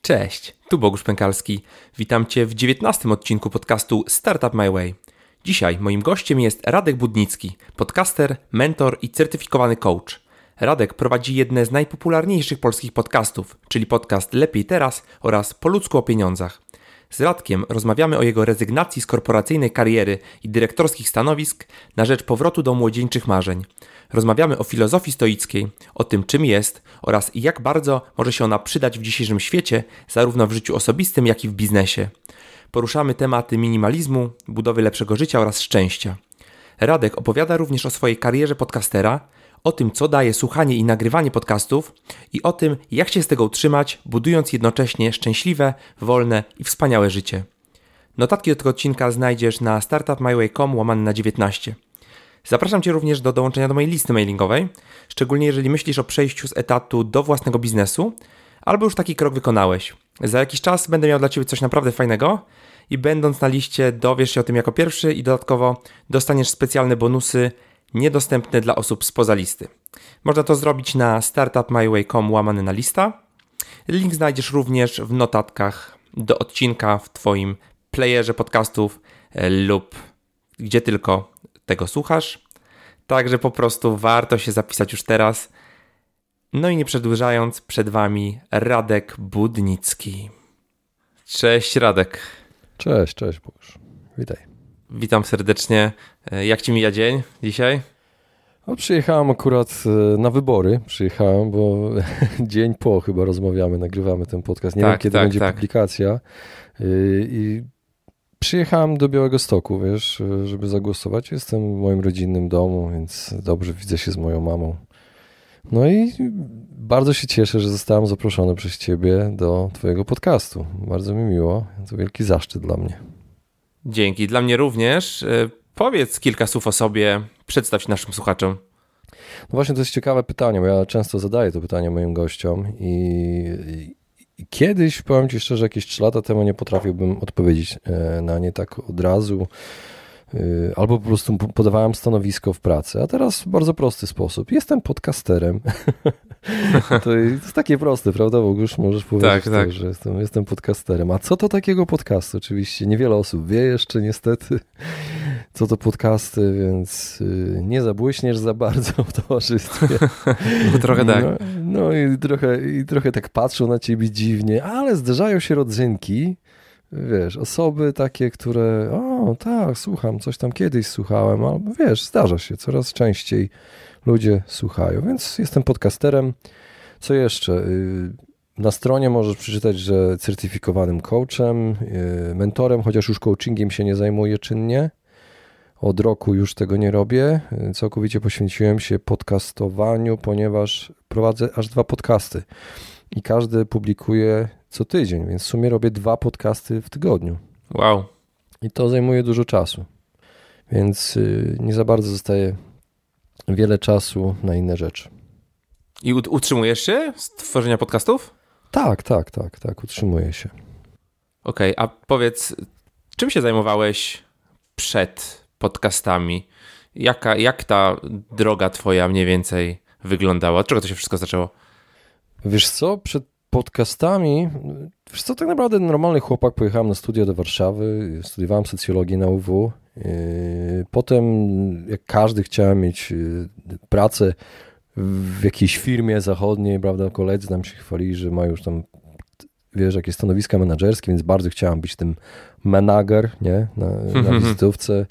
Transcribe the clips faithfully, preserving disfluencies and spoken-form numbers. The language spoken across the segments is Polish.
Cześć, tu Bogusz Pękalski. Witam Cię w dziewiętnastym odcinku podcastu Startup My Way. Dzisiaj moim gościem jest Radek Budnicki, podcaster, mentor i certyfikowany coach. Radek prowadzi jedne z najpopularniejszych polskich podcastów, czyli podcast Lepiej Teraz oraz Po ludzku o pieniądzach. Z Radkiem rozmawiamy o jego rezygnacji z korporacyjnej kariery i dyrektorskich stanowisk na rzecz powrotu do młodzieńczych marzeń. Rozmawiamy o filozofii stoickiej, o tym czym jest oraz jak bardzo może się ona przydać w dzisiejszym świecie, zarówno w życiu osobistym, jak i w biznesie. Poruszamy tematy minimalizmu, budowy lepszego życia oraz szczęścia. Radek opowiada również o swojej karierze podcastera, o tym co daje słuchanie i nagrywanie podcastów i o tym jak się z tego utrzymać, budując jednocześnie szczęśliwe, wolne i wspaniałe życie. Notatki do tego odcinka znajdziesz na startupmyway kropka com łamane na dziewiętnaście. Zapraszam Cię również do dołączenia do mojej listy mailingowej, szczególnie jeżeli myślisz o przejściu z etatu do własnego biznesu, albo już taki krok wykonałeś. Za jakiś czas będę miał dla Ciebie coś naprawdę fajnego i będąc na liście dowiesz się o tym jako pierwszy i dodatkowo dostaniesz specjalne bonusy niedostępne dla osób spoza listy. Można to zrobić na startupmyway kropka com łamane na lista. Link znajdziesz również w notatkach do odcinka w Twoim playerze podcastów lub gdzie tylko tego słuchasz. Także po prostu warto się zapisać już teraz. No i nie przedłużając, przed Wami Radek Budnicki. Cześć Radek. Cześć, cześć Bogusz. Witaj. Witam serdecznie. Jak Ci mija dzień dzisiaj? No, przyjechałem akurat na wybory. Przyjechałem, bo dzień po chyba rozmawiamy, nagrywamy ten podcast. Nie tak, wiem, kiedy tak, będzie tak. publikacja. I przyjechałem do Białegostoku, wiesz, żeby zagłosować. Jestem w moim rodzinnym domu, więc dobrze widzę się z moją mamą. No i bardzo się cieszę, że zostałem zaproszony przez Ciebie do Twojego podcastu. Bardzo mi miło. To wielki zaszczyt dla mnie. Dzięki. Dla mnie również. Powiedz kilka słów o sobie, przedstaw się naszym słuchaczom. No właśnie, to jest ciekawe pytanie, bo ja często zadaję to pytanie moim gościom i, i kiedyś, powiem Ci szczerze, jakieś trzy lata temu nie potrafiłbym odpowiedzieć na nie tak od razu, albo po prostu podawałem stanowisko w pracy, a teraz w bardzo prosty sposób. Jestem podcasterem. To jest takie proste, prawda? Bo już możesz powiedzieć, tak, to, tak. że jestem, jestem podcasterem. A co to takiego podcast? Oczywiście niewiele osób wie jeszcze niestety, co to podcasty, więc nie zabłyśniesz za bardzo w towarzystwie. No, trochę tak. No, no i, trochę, i trochę tak patrzą na ciebie dziwnie, ale zdarzają się rodzynki, wiesz, osoby takie, które o tak, słucham, coś tam kiedyś słuchałem, albo wiesz, zdarza się, coraz częściej ludzie słuchają, więc jestem podcasterem. Co jeszcze? Na stronie możesz przeczytać, że certyfikowanym coachem, mentorem, chociaż już coachingiem się nie zajmuję czynnie. Od roku już tego nie robię. Całkowicie poświęciłem się podcastowaniu, ponieważ prowadzę aż dwa podcasty i każdy publikuje co tydzień, więc w sumie robię dwa podcasty w tygodniu. Wow. I to zajmuje dużo czasu, więc nie za bardzo zostaje wiele czasu na inne rzeczy. I utrzymujesz się z tworzenia podcastów? Tak, tak, tak, tak, utrzymuję się. Okej, okay, a powiedz, czym się zajmowałeś przed podcastami? Jaka, jak ta droga twoja mniej więcej wyglądała? Od czego to się wszystko zaczęło? Wiesz co, przed podcastami, wiesz co, tak naprawdę normalny chłopak, pojechałem na studia do Warszawy, studiowałem socjologię na U W. Potem, jak każdy, chciałem mieć pracę w jakiejś firmie zachodniej, prawda, koledzy nam się chwalili, że mają już tam, wiesz, jakieś stanowiska menadżerskie, więc bardzo chciałem być tym manager, nie, na, na wizytówce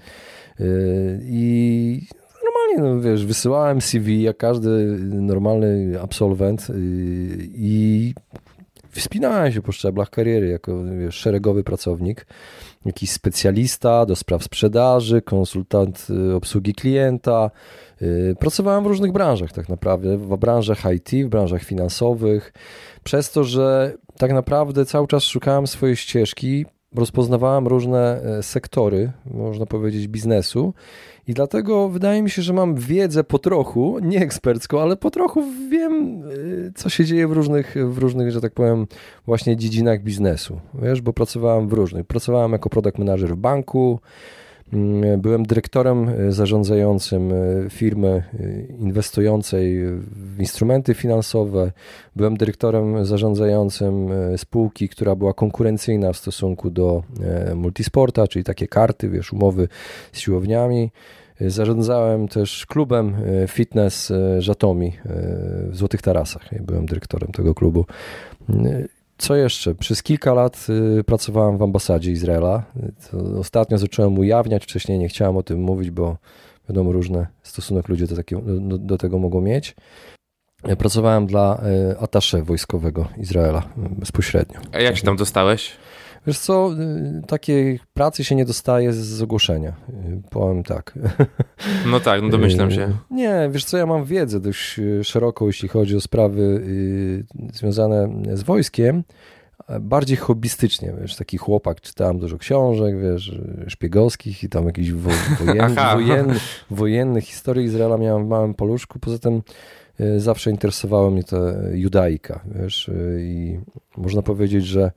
i normalnie, no wiesz, wysyłałem C V jak każdy normalny absolwent i wspinałem się po szczeblach kariery jako, wiesz, szeregowy pracownik, jakiś specjalista do spraw sprzedaży, konsultant obsługi klienta. Pracowałem w różnych branżach tak naprawdę, w branżach I T, w branżach finansowych, przez to, że tak naprawdę cały czas szukałem swojej ścieżki, rozpoznawałem różne sektory, można powiedzieć, biznesu i dlatego wydaje mi się, że mam wiedzę po trochu, nie ekspercką, ale po trochu wiem, co się dzieje w różnych, w różnych, że tak powiem, właśnie dziedzinach biznesu, wiesz, bo pracowałem w różnych. Pracowałem jako product manager w banku, Byłem dyrektorem zarządzającym firmy inwestującej w instrumenty finansowe. Byłem dyrektorem zarządzającym spółki, która była konkurencyjna w stosunku do Multisporta, czyli takie karty, wiesz, umowy z siłowniami. Zarządzałem też klubem fitness Żatomi w Złotych Tarasach. Byłem dyrektorem tego klubu. Co jeszcze? Przez kilka lat pracowałem w ambasadzie Izraela. To ostatnio zacząłem ujawniać, wcześniej nie chciałem o tym mówić, bo wiadomo, różny stosunek ludzie do, takiego, do, do tego mogą mieć. Pracowałem dla attaché wojskowego Izraela bezpośrednio. A jak się tam dostałeś? Wiesz co, takiej pracy się nie dostaje z ogłoszenia, powiem tak. No tak, no domyślam się. Nie, wiesz co, ja mam wiedzę dość szeroką, jeśli chodzi o sprawy związane z wojskiem, bardziej hobbystycznie, wiesz, taki chłopak, czytałem dużo książek, wiesz, szpiegowskich i tam jakichś wo, wojen, wojennych, wojennych historii Izraela miałem w małym paluszku, poza tym zawsze interesowała mnie ta judaika, wiesz, i można powiedzieć, że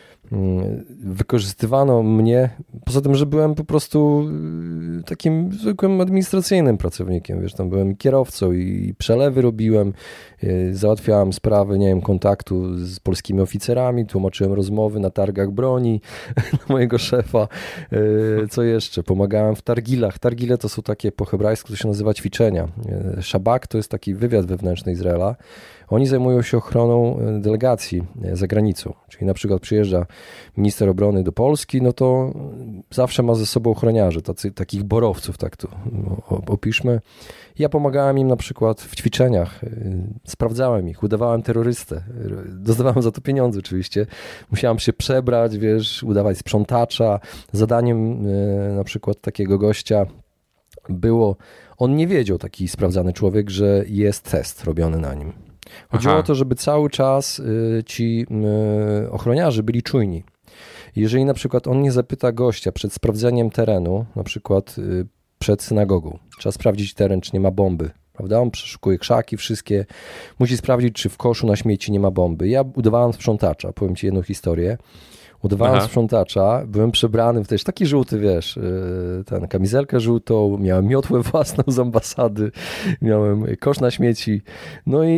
wykorzystywano mnie, poza tym, że byłem po prostu takim zwykłym administracyjnym pracownikiem, wiesz, tam byłem kierowcą i przelewy robiłem, załatwiałem sprawy, nie wiem, kontaktu z polskimi oficerami, tłumaczyłem rozmowy na targach broni mojego szefa, co jeszcze, pomagałem w targilach, targile to są takie po hebrajsku, to się nazywa ćwiczenia, szabak to jest taki wywiad wewnętrzny Izraela. Oni zajmują się ochroną delegacji za granicą, czyli na przykład przyjeżdża minister obrony do Polski, no to zawsze ma ze sobą ochroniarzy, tacy, takich borowców, tak to opiszmy. Ja pomagałem im na przykład w ćwiczeniach, sprawdzałem ich, udawałem terrorystę, dostawałem za to pieniądze oczywiście, musiałem się przebrać, wiesz, udawać sprzątacza. Zadaniem na przykład takiego gościa było, on nie wiedział, taki sprawdzany człowiek, że jest test robiony na nim. Chodziło Aha. o to, żeby cały czas ci ochroniarze byli czujni. Jeżeli na przykład on nie zapyta gościa przed sprawdzeniem terenu, na przykład przed synagogą, trzeba sprawdzić teren, czy nie ma bomby, prawda? On przeszukuje krzaki wszystkie, musi sprawdzić, czy w koszu na śmieci nie ma bomby. Ja udawałem sprzątacza, powiem ci jedną historię. Udawałem Aha. sprzątacza, byłem przebrany w też taki żółty, wiesz, ten kamizelkę żółtą, miałem miotłę własną z ambasady, miałem kosz na śmieci, no i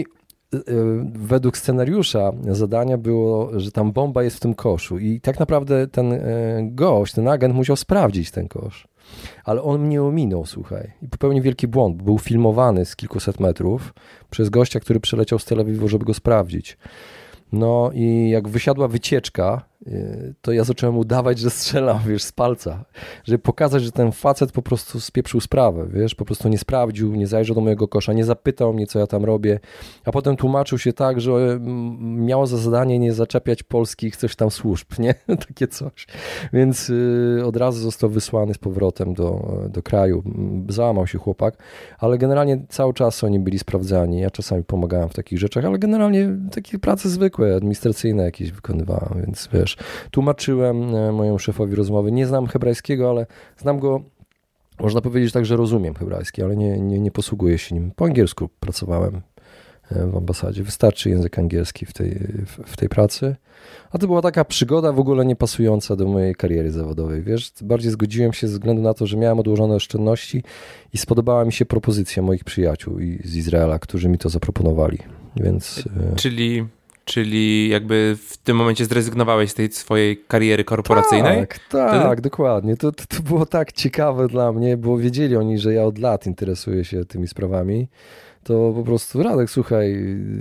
według scenariusza zadania było, że tam bomba jest w tym koszu i tak naprawdę ten gość, ten agent musiał sprawdzić ten kosz, ale on mnie ominął, słuchaj, i popełnił wielki błąd, był filmowany z kilkuset metrów przez gościa, który przyleciał z Tel Awiwu, żeby go sprawdzić. No i jak wysiadła wycieczka, to ja zacząłem udawać, że strzelam, wiesz, z palca, żeby pokazać, że ten facet po prostu spieprzył sprawę, wiesz, po prostu nie sprawdził, nie zajrzał do mojego kosza, nie zapytał mnie, co ja tam robię, a potem tłumaczył się tak, że miało za zadanie nie zaczepiać polskich coś tam służb, nie? Takie coś. Więc od razu został wysłany z powrotem do, do kraju. Załamał się chłopak, ale generalnie cały czas oni byli sprawdzani. Ja czasami pomagałem w takich rzeczach, ale generalnie takie prace zwykłe, administracyjne jakieś wykonywałem, więc wiesz, tłumaczyłem mojemu szefowi rozmowy. Nie znam hebrajskiego, ale znam go, można powiedzieć tak, że rozumiem hebrajski, ale nie, nie, nie posługuję się nim. Po angielsku pracowałem w ambasadzie. Wystarczy język angielski w tej, w, w tej pracy. A to była taka przygoda w ogóle nie pasująca do mojej kariery zawodowej. Wiesz, bardziej zgodziłem się ze względu na to, że miałem odłożone oszczędności i spodobała mi się propozycja moich przyjaciół z Izraela, którzy mi to zaproponowali. Więc... Czyli... Czyli jakby w tym momencie zrezygnowałeś z tej swojej kariery korporacyjnej? Tak, tak, Ty? dokładnie. To, to, to było tak ciekawe dla mnie, bo wiedzieli oni, że ja od lat interesuję się tymi sprawami. To po prostu, Radek, słuchaj,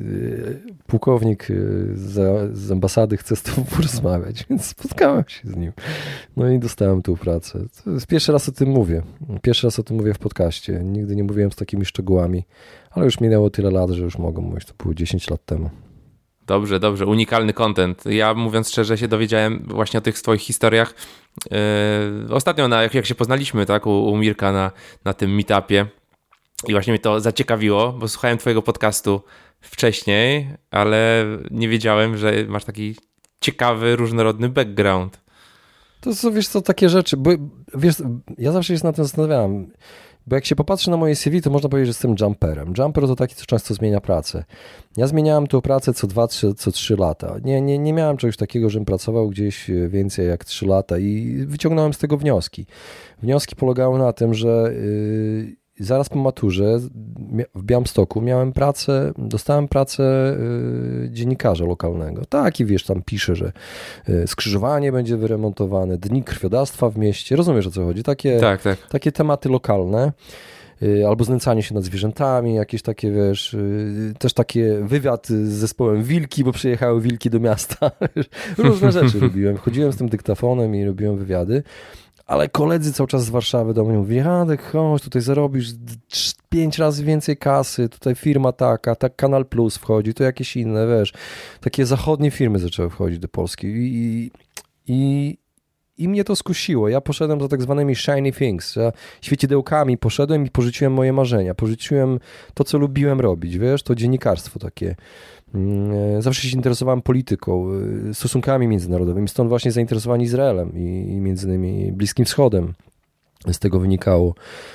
pułkownik z, z ambasady chce z tobą porozmawiać, więc spotkałem się z nim. No i dostałem tą pracę. To jest pierwszy raz o tym mówię. Pierwszy raz o tym mówię w podcaście. Nigdy nie mówiłem z takimi szczegółami, ale już minęło tyle lat, że już mogę mówić. To było dziesięć lat temu. Dobrze, dobrze. Unikalny content. Ja, mówiąc szczerze, się dowiedziałem właśnie o tych twoich historiach. Yy, ostatnio, na, jak, jak się poznaliśmy, tak, u, u Mirka na, na tym meetupie i właśnie mnie to zaciekawiło, bo słuchałem twojego podcastu wcześniej, ale nie wiedziałem, że masz taki ciekawy, różnorodny background. To są, wiesz co, takie rzeczy, bo wiesz, ja zawsze się nad tym zastanawiałem. Bo jak się popatrzy na moje C V, to można powiedzieć, że jestem jumperem. Jumper to taki, co często zmienia pracę. Ja zmieniałem tą pracę co dwa, trzy, co trzy lata. Nie, nie, nie miałem czegoś takiego, żebym pracował gdzieś więcej jak trzy lata i wyciągnąłem z tego wnioski. Wnioski polegały na tym, że yy, zaraz po maturze w Białymstoku miałem pracę, dostałem pracę yy, dziennikarza lokalnego. Tak, i wiesz, tam pisze, że yy, skrzyżowanie będzie wyremontowane, dni krwiodawstwa w mieście. Rozumiesz, o co chodzi? Takie, tak, tak. takie tematy lokalne. Yy, albo znęcanie się nad zwierzętami, jakieś takie, wiesz, yy, też takie wywiad z zespołem Wilki, bo przyjechały wilki do miasta. Różne rzeczy robiłem. Chodziłem z tym dyktafonem i robiłem wywiady. Ale koledzy cały czas z Warszawy do mnie mówili, Radek, chodź, tutaj zarobisz pięć razy więcej kasy, tutaj firma taka, tak Kanal Plus wchodzi, to jakieś inne, wiesz, takie zachodnie firmy zaczęły wchodzić do Polski i, i, i mnie to skusiło. Ja poszedłem za tak zwanymi shiny things, ja świecidełkami poszedłem i porzuciłem moje marzenia, porzuciłem to, co lubiłem robić, wiesz, to dziennikarstwo takie. Zawsze się interesowałem polityką, stosunkami międzynarodowymi, stąd właśnie zainteresowanie Izraelem i, i między innymi Bliskim Wschodem z tego wynikało.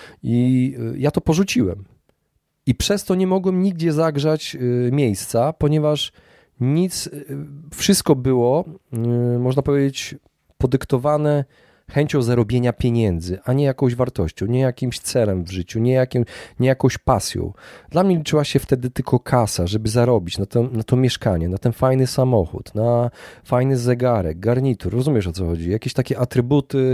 I ja to porzuciłem. I przez to nie mogłem nigdzie zagrzać miejsca, ponieważ nic, wszystko było, można powiedzieć, podyktowane chęcią zarobienia pieniędzy, a nie jakąś wartością, nie jakimś celem w życiu, nie, jakim, nie jakąś pasją. Dla mnie liczyła się wtedy tylko kasa, żeby zarobić na to, na to mieszkanie, na ten fajny samochód, na fajny zegarek, garnitur, rozumiesz, o co chodzi? Jakieś takie atrybuty,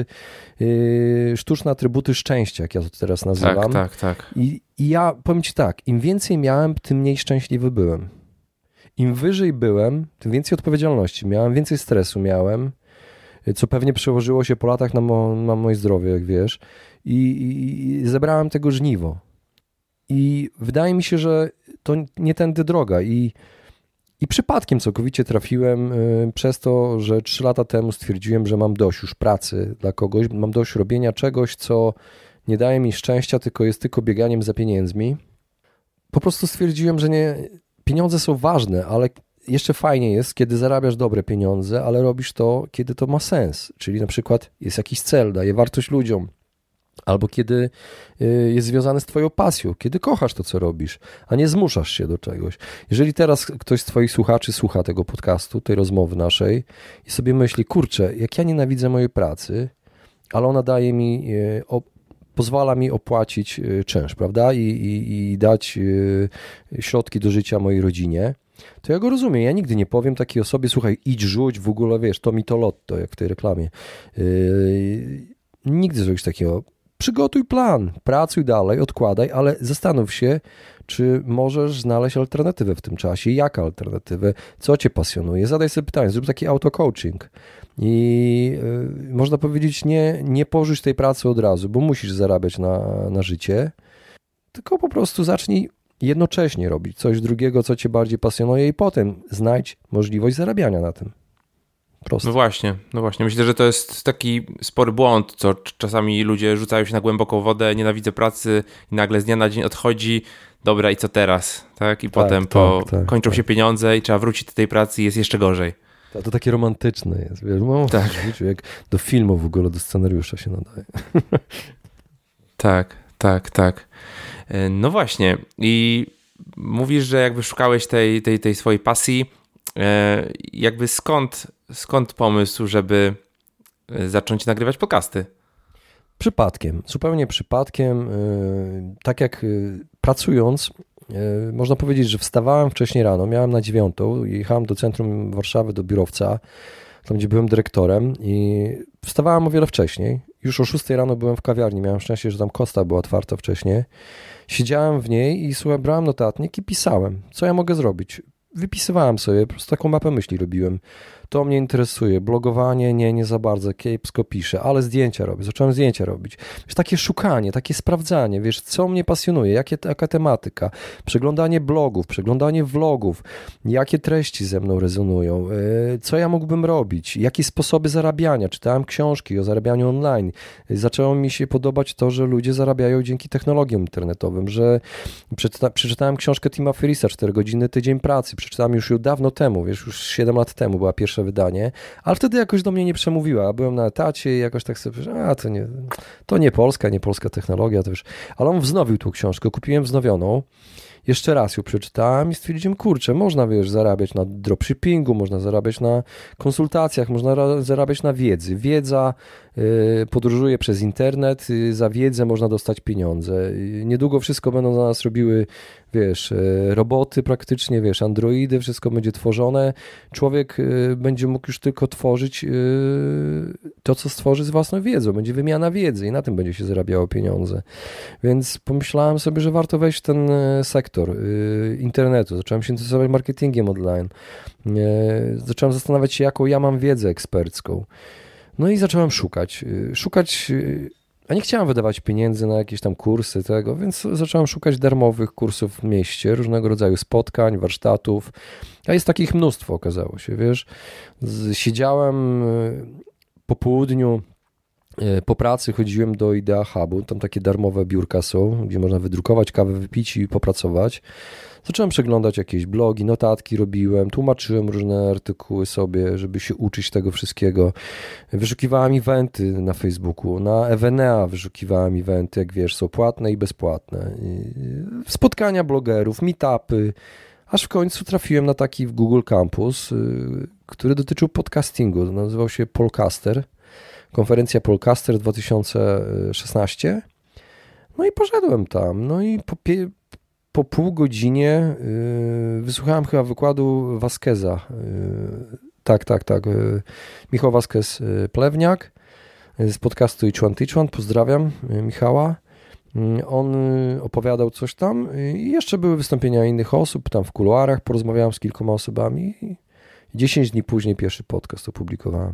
yy, sztuczne atrybuty szczęścia, jak ja to teraz nazywam. Tak, tak, tak. I, I ja powiem ci tak, im więcej miałem, tym mniej szczęśliwy byłem. Im wyżej byłem, tym więcej odpowiedzialności miałem, więcej stresu miałem, co pewnie przełożyło się po latach na, mo, na moje zdrowie, jak wiesz. I, i, I zebrałem tego żniwo. I wydaje mi się, że to nie tędy droga. I, i przypadkiem całkowicie trafiłem y, przez to, że trzy lata temu stwierdziłem, że mam dość już pracy dla kogoś, mam dość robienia czegoś, co nie daje mi szczęścia, tylko jest tylko bieganiem za pieniędzmi. Po prostu stwierdziłem, że nie, pieniądze są ważne, ale jeszcze fajnie jest, kiedy zarabiasz dobre pieniądze, ale robisz to, kiedy to ma sens. Czyli na przykład jest jakiś cel, daje wartość ludziom. Albo kiedy jest związane z twoją pasją, kiedy kochasz to, co robisz, a nie zmuszasz się do czegoś. Jeżeli teraz ktoś z twoich słuchaczy słucha tego podcastu, tej rozmowy naszej i sobie myśli, kurczę, jak ja nienawidzę mojej pracy, ale ona daje mi, pozwala mi opłacić czynsz, prawda? I, i, i dać środki do życia mojej rodzinie, to ja go rozumiem. Ja nigdy nie powiem takiej osobie, słuchaj, idź, rzuć, w ogóle, wiesz, to mi to lotto, jak w tej reklamie. Yy, nigdy zrobić takiego. Przygotuj plan, pracuj dalej, odkładaj, ale zastanów się, czy możesz znaleźć alternatywę w tym czasie. Jaka alternatywę? Co cię pasjonuje? Zadaj sobie pytanie, zrób taki auto-coaching. I yy, można powiedzieć, nie, nie porzuć tej pracy od razu, bo musisz zarabiać na, na życie, tylko po prostu zacznij jednocześnie robić coś drugiego, co cię bardziej pasjonuje i potem znajdź możliwość zarabiania na tym. Proste. No właśnie, no właśnie. Myślę, że to jest taki spory błąd, co czasami ludzie rzucają się na głęboką wodę, nienawidzę pracy i nagle z dnia na dzień odchodzi, dobra i co teraz? Tak? I tak, potem tak, po, tak, kończą tak. się pieniądze i trzeba wrócić do tej pracy i jest jeszcze gorzej. To, to takie romantyczne jest. Wiesz, no, tak. Życiu, jak do filmu w ogóle, do scenariusza się nadaje. Tak, tak, tak. No właśnie i mówisz, że jakby szukałeś tej, tej, tej swojej pasji, jakby skąd, skąd pomysł, żeby zacząć nagrywać podcasty? Przypadkiem, zupełnie przypadkiem. Tak jak pracując, można powiedzieć, że wstawałem wcześniej rano, miałem na dziewiątą, jechałem do centrum Warszawy, do biurowca, tam gdzie byłem dyrektorem i wstawałem o wiele wcześniej. Już o szóstej rano byłem w kawiarni, miałem szczęście, że tam Kosta była otwarta wcześniej. Siedziałem w niej i słuchaj, brałem notatnik i pisałem, co ja mogę zrobić. Wypisywałem sobie, po prostu taką mapę myśli robiłem. To mnie interesuje, blogowanie nie, nie za bardzo, kiepsko piszę, ale zdjęcia robię, zacząłem zdjęcia robić. Wiesz, takie szukanie, takie sprawdzanie, wiesz, co mnie pasjonuje, jakie, jaka tematyka, przeglądanie blogów, przeglądanie vlogów, jakie treści ze mną rezonują, yy, co ja mógłbym robić, jakie sposoby zarabiania, czytałem książki o zarabianiu online, zaczęło mi się podobać to, że ludzie zarabiają dzięki technologiom internetowym, że przeczyta, przeczytałem książkę Tima Ferrissa, cztery godziny tydzień pracy, przeczytałem już ją dawno temu, wiesz, już siedem lat temu była pierwsza pierwsze wydanie, ale wtedy jakoś do mnie nie przemówiła. Byłem na etacie i jakoś tak sobie, a to nie, to nie Polska, nie polska technologia, to wiesz. Ale on wznowił tą książkę, kupiłem wznowioną. Jeszcze raz ją przeczytałem i stwierdziłem, kurczę, można, wiesz, zarabiać na dropshippingu, można zarabiać na konsultacjach, można ra- zarabiać na wiedzy. Wiedza y, podróżuje przez internet, y, za wiedzę można dostać pieniądze. Y, niedługo wszystko będą za nas robiły, wiesz, y, roboty praktycznie, wiesz, androidy, wszystko będzie tworzone. Człowiek y, będzie mógł już tylko tworzyć y, to, co stworzy z własną wiedzą. Będzie wymiana wiedzy i na tym będzie się zarabiało pieniądze. Więc pomyślałem sobie, że warto wejść w ten sektor internetu. Zacząłem się interesować marketingiem online. Zacząłem zastanawiać się, jaką ja mam wiedzę ekspercką. No i zacząłem szukać. Szukać, a nie chciałem wydawać pieniędzy na jakieś tam kursy tego, więc zacząłem szukać darmowych kursów w mieście, różnego rodzaju spotkań, warsztatów. A jest takich mnóstwo, okazało się, wiesz. Siedziałem po południu, po pracy chodziłem do Idea Hubu, tam takie darmowe biurka są, gdzie można wydrukować kawę, wypić i popracować. Zacząłem przeglądać jakieś blogi, notatki robiłem, tłumaczyłem różne artykuły sobie, żeby się uczyć tego wszystkiego. Wyszukiwałem eventy na Facebooku, na Evenea wyszukiwałem eventy, jak wiesz, są płatne i bezpłatne. Spotkania blogerów, meetupy, aż w końcu trafiłem na taki w Google Campus, który dotyczył podcastingu, nazywał się Polcaster. Konferencja Polcaster dwa tysiące szesnaście. No i poszedłem tam. No i po, pie, po pół godzinie yy, wysłuchałem chyba wykładu Vasqueza. Yy, tak, tak, tak. Yy, Michał Vasquez yy, Plewniak yy, z podcastu Each One Teach One. Pozdrawiam yy, Michała. Yy, on yy, opowiadał coś tam i yy, jeszcze były wystąpienia innych osób. Tam w kuluarach porozmawiałem z kilkoma osobami i dziesięć dni później pierwszy podcast opublikowałem.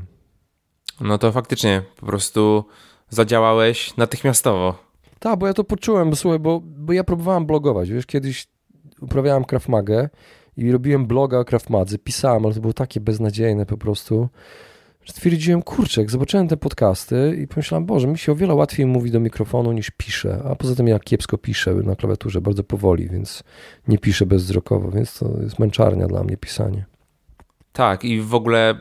No to faktycznie po prostu zadziałałeś natychmiastowo. Tak, bo ja to poczułem, bo słuchaj, bo, bo ja próbowałem blogować, wiesz, kiedyś uprawiałem Krav Magę i robiłem bloga o Krav Madze, pisałem, ale to było takie beznadziejne po prostu, że stwierdziłem, kurczę, jak zobaczyłem te podcasty i pomyślałem, Boże, mi się o wiele łatwiej mówi do mikrofonu niż piszę, a poza tym ja kiepsko piszę na klawiaturze, bardzo powoli, więc nie piszę bezwzrokowo, więc to jest męczarnia dla mnie pisanie. Tak i w ogóle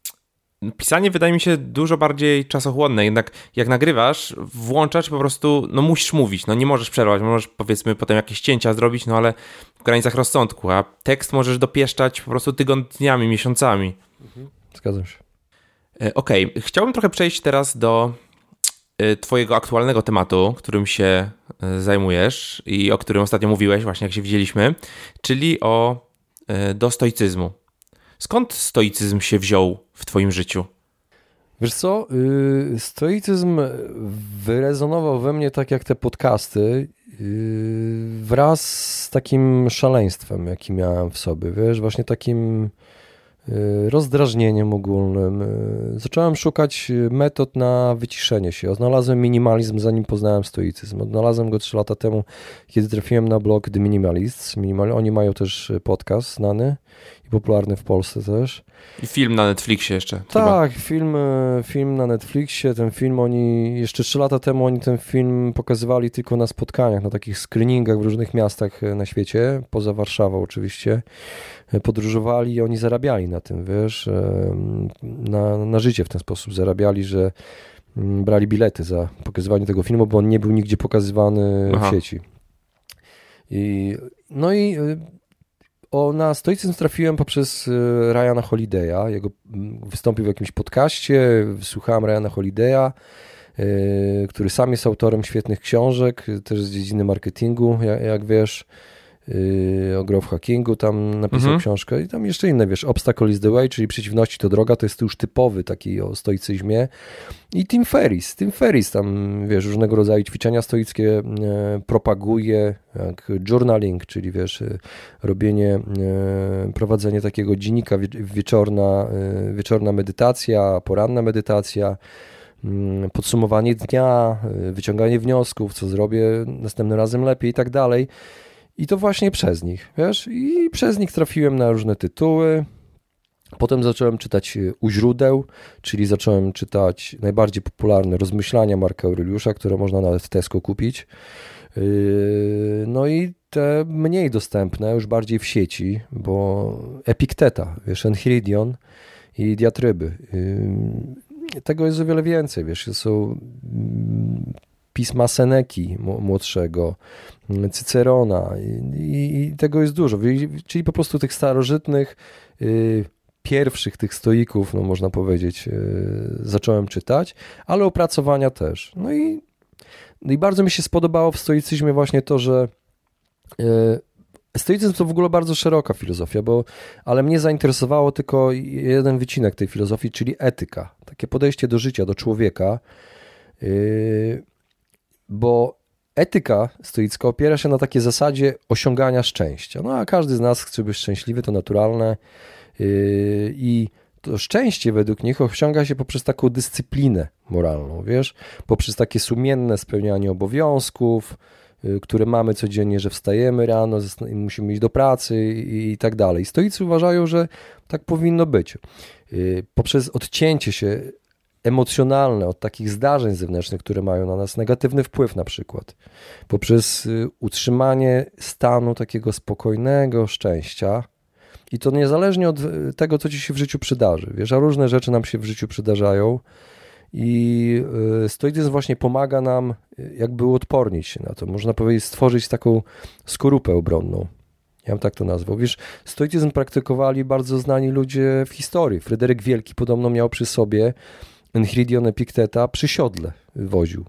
pisanie wydaje mi się dużo bardziej czasochłonne, jednak jak nagrywasz, włączasz po prostu, no musisz mówić, no nie możesz przerwać, możesz powiedzmy potem jakieś cięcia zrobić, no ale w granicach rozsądku, a tekst możesz dopieszczać po prostu tygodniami, miesiącami. Mhm. Zgadzam się. Okej, okay. Chciałbym trochę przejść teraz do twojego aktualnego tematu, którym się zajmujesz i o którym ostatnio mówiłeś, właśnie jak się widzieliśmy, czyli o do stoicyzmu. Skąd stoicyzm się wziął w twoim życiu? Wiesz co, yy, stoicyzm wyrezonował we mnie tak jak te podcasty yy, wraz z takim szaleństwem, jaki miałem w sobie, wiesz, właśnie takim yy, rozdrażnieniem ogólnym. Yy, zacząłem szukać metod na wyciszenie się. Odnalazłem minimalizm, zanim poznałem stoicyzm. Odnalazłem go trzy lata temu, kiedy trafiłem na blog The Minimalists. Minimal- Oni mają też podcast znany i popularny w Polsce też. I film na Netflixie jeszcze. Tak, film, film na Netflixie, ten film oni, jeszcze trzy lata temu oni ten film pokazywali tylko na spotkaniach, na takich screeningach w różnych miastach na świecie, poza Warszawą oczywiście. Podróżowali i oni zarabiali na tym, wiesz, na, na życie w ten sposób zarabiali, że brali bilety za pokazywanie tego filmu, bo on nie był nigdzie pokazywany Aha. w sieci. I, no i O, na stoicyzm trafiłem poprzez Ryana Holiday'a. Jego wystąpił w jakimś podcaście, słuchałem Ryana Holiday'a, yy, który sam jest autorem świetnych książek, też z dziedziny marketingu, jak, jak wiesz, yy, o growth hackingu tam napisał mhm. książkę i tam jeszcze inne, wiesz, Obstacle is the way, czyli przeciwności to droga, to jest już typowy taki o stoicyzmie. I Tim Ferriss, Tim Ferriss tam, wiesz, różnego rodzaju ćwiczenia stoickie e, propaguje, jak journaling, czyli wiesz, e, robienie, e, prowadzenie takiego dziennika, wie, wieczorna, e, wieczorna medytacja, poranna medytacja, m, podsumowanie dnia, e, wyciąganie wniosków, co zrobię następnym razem lepiej i tak dalej. I to właśnie przez nich, wiesz, i przez nich trafiłem na różne tytuły. Potem zacząłem czytać u źródeł, czyli zacząłem czytać najbardziej popularne rozmyślania Marka Aureliusza, które można nawet w Tesco kupić. No i te mniej dostępne, już bardziej w sieci, bo Epikteta, wiesz, Enchiridion i diatryby. Tego jest o wiele więcej, wiesz, są pisma Seneki młodszego, Cycerona i, i tego jest dużo, czyli po prostu tych starożytnych, pierwszych tych stoików, no można powiedzieć, zacząłem czytać, ale opracowania też. No i, no i bardzo mi się spodobało w stoicyzmie właśnie to, że stoicyzm to w ogóle bardzo szeroka filozofia, bo, ale mnie zainteresowało tylko jeden wycinek tej filozofii, czyli etyka. Takie podejście do życia, do człowieka, yy, bo etyka stoicka opiera się na takiej zasadzie osiągania szczęścia. No a każdy z nas chce być szczęśliwy, to naturalne yy, i to szczęście według nich osiąga się poprzez taką dyscyplinę moralną, wiesz, poprzez takie sumienne spełnianie obowiązków, które mamy codziennie, że wstajemy rano, musimy iść do pracy i, i tak dalej. Stoicy uważają, że tak powinno być. Poprzez odcięcie się emocjonalne od takich zdarzeń zewnętrznych, które mają na nas negatywny wpływ na przykład, poprzez utrzymanie stanu takiego spokojnego szczęścia i to niezależnie od tego, co ci się w życiu przydarzy. Wiesz, a różne rzeczy nam się w życiu przydarzają, i stoicyzm właśnie pomaga nam jakby uodpornić się na to. Można powiedzieć, stworzyć taką skorupę obronną. Ja bym tak to nazwał. Wiesz, stoicyzm praktykowali bardzo znani ludzie w historii. Fryderyk Wielki podobno miał przy sobie Enchiridion Epikteta przy siodle woził.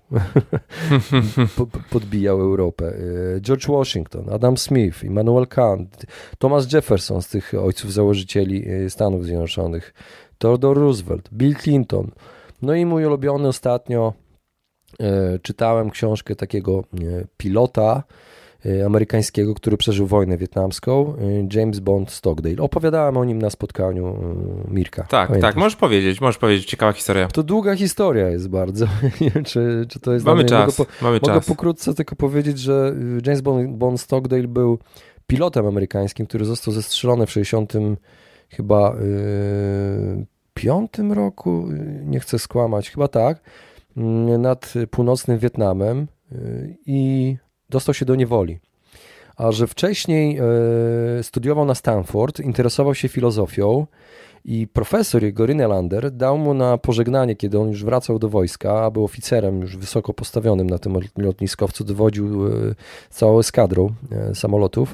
Podbijał Europę. George Washington, Adam Smith, Immanuel Kant, Thomas Jefferson z tych ojców założycieli Stanów Zjednoczonych, Theodore Roosevelt, Bill Clinton. No i mój ulubiony ostatnio e, czytałem książkę takiego e, pilota e, amerykańskiego, który przeżył wojnę wietnamską, e, James Bond Stockdale. Opowiadałem o nim na spotkaniu e, Mirka. Tak, Pamiętasz? tak, możesz powiedzieć, możesz powiedzieć, ciekawa historia. To długa historia jest bardzo. Nie wiem, czy, czy to jest... Mamy czas, mogę po, mamy mogę czas. pokrótce tylko powiedzieć, że James Bond, Bond Stockdale był pilotem amerykańskim, który został zestrzelony w sześćdziesiątym chyba... E, piątym roku, nie chcę skłamać, chyba tak, nad północnym Wietnamem i dostał się do niewoli. A że wcześniej studiował na Stanford, interesował się filozofią i profesor jego Rhinelander dał mu na pożegnanie, kiedy on już wracał do wojska, a był oficerem już wysoko postawionym na tym lotniskowcu, dowodził całą eskadrą samolotów,